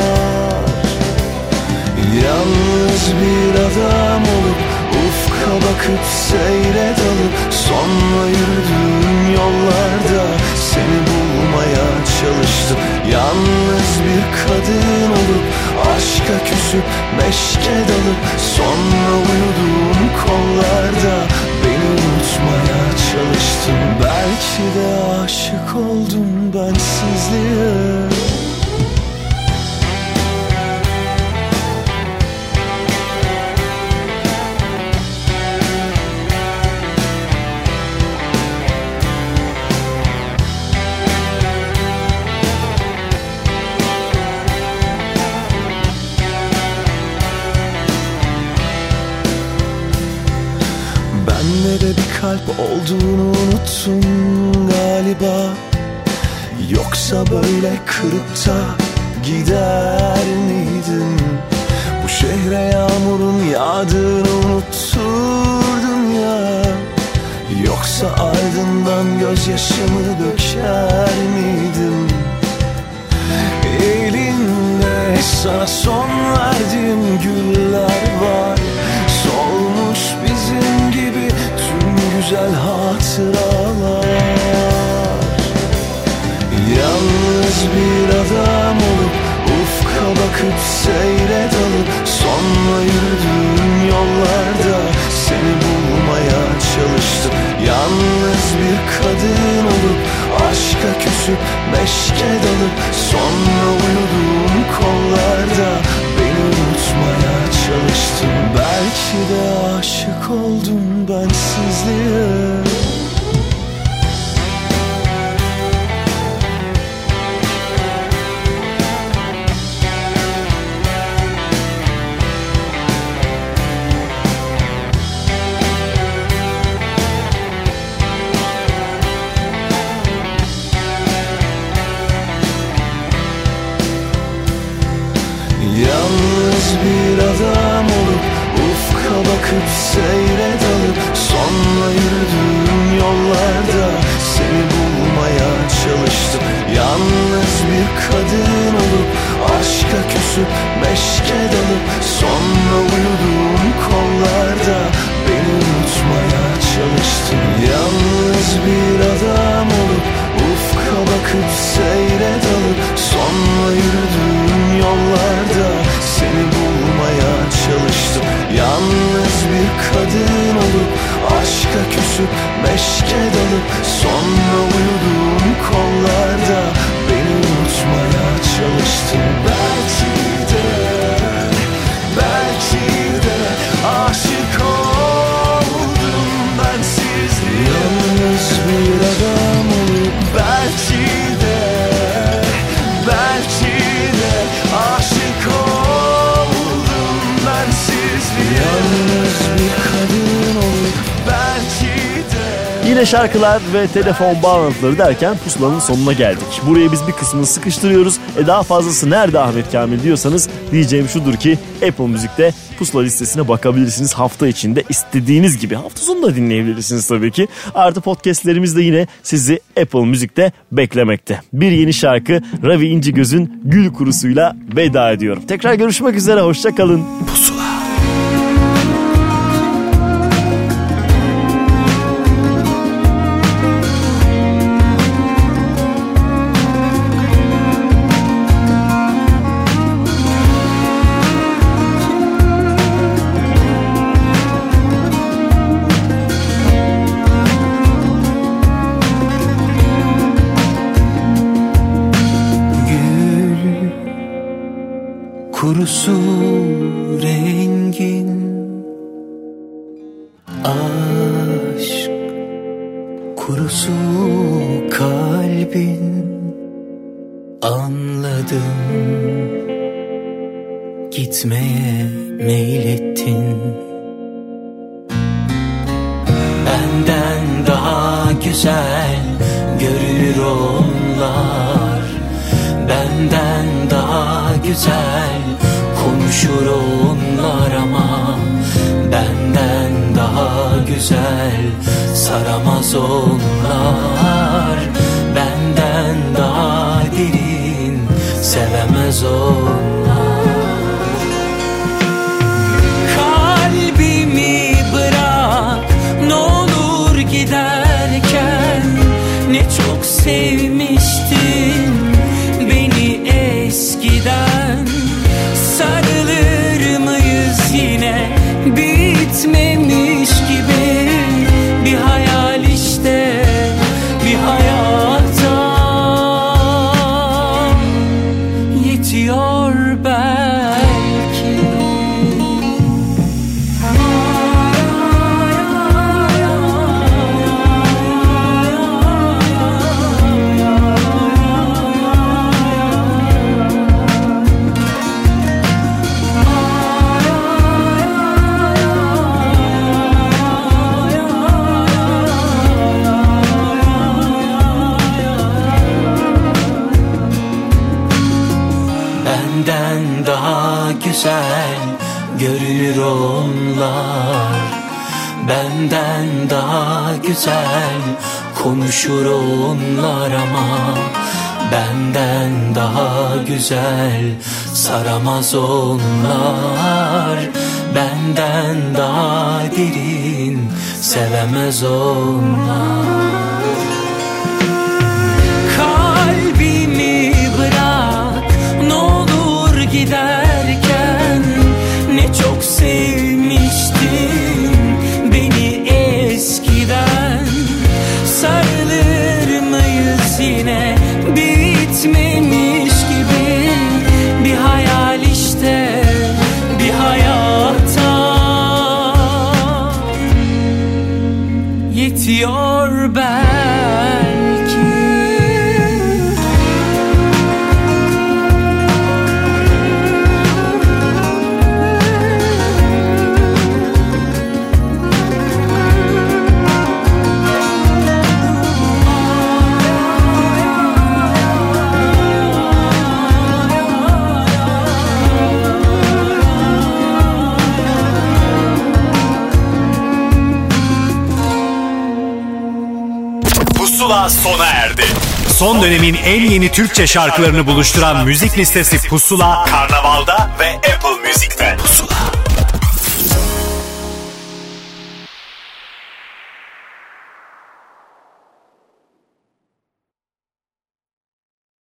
Yalnız bir adam olup ufka bakıp seyre dalıp sonra yürüdüğüm yollarda seni bulmaya çalıştım. Yalnız bir kadın olup aşka küsüp meşke dalıp sonra uyuduğum kollarda beni unutmaya çalıştım. Belki de aşık oldum bensizliğe. Bende de bir kalp olduğunu unuttum galiba. Yoksa böyle kırıp da gider miydim? Bu şehre yağmurun yağdığını unutturdun ya. Yoksa ardından gözyaşımı döker miydim? Elinde sana son verdiğim güller var. Solmuş bizim gibi tüm güzel hatıralar. Yalnız bir adam olup ufka bakıp seyre dalıp sonra yürüdüğüm yollarda seni bulmaya çalıştım. Yalnız bir kadın olup aşka küsüp meşke dalıp sonra uyuduğum kollarda beni unutmaya çalıştım. Belki de aşık oldum bensizliğe. Yalnız bir adam olup ufka bakıp seyre dalıp sonra yürüdüğüm yollarda seni bulmaya çalıştım. Yalnız bir kadın olup aşka küsüp meşke dalıp sonra uyuduğum kollarda beni unutmaya çalıştım. Yalnız bir adam olup ufka bakıp seyre dalıp sonra yürüdüğüm yollarda seni bulmaya çalıştım. Yalnız bir kadın olup aşka küsüp meşke dalıp sonra uyuduğum kollarda beni unutmaya çalıştım. Belki de, belki de aşık oldum bensizliğe. Yalnız bir adam olup belki de, belki de aşık oldum bensizliğe. Yalnız bir kadın olup belki de. Yine şarkılar ve telefon bağlantıları derken pusulanın sonuna geldik. Buraya biz bir kısmını sıkıştırıyoruz. E daha fazlası nerede Ahmet Kamil diyorsanız diyeceğim şudur ki Apple Müzik'te pusula listesine bakabilirsiniz. Hafta içinde istediğiniz gibi, hafta sonu da dinleyebilirsiniz tabii ki. Artı podcastlerimiz de yine sizi Apple Müzik'te beklemekte. Bir yeni şarkı Ravi İncigöz'ün Gül Kurusu'yla veda ediyorum. Tekrar görüşmek üzere, hoşça kalın. Pusula. Kurusu rengin, aşk kurusu kalbin. Anladım, gitmeye meylettin. Benden daha güzel görünür onlar, benden daha güzel konuşur onlar ama benden daha güzel saramaz onlar. Benden daha derin sevemez onlar. Kalbimi bırak ne olur giderken, ne çok sevmiştin beni eskiden. Sarılır mıyız yine bitmemiş gibi, bir hayal işte bir hayata yetiyor belki. Benden daha güzel görünür onlar. Benden daha güzel konuşur onlar ama benden daha güzel saramaz onlar. Benden daha derin sevemez onlar. Kalbimi bırak ne olur giderken, ne çok sevmiştin beni eskiden. Sarılır mıyız yine bitmemiş gibi, bir hayal işte bir hayata yetiyor belki. Pusula sona erdi. Son dönemin en yeni Türkçe şarkılarını buluşturan müzik listesi Pusula, Karnaval'da ve Apple Music'te. Pusula.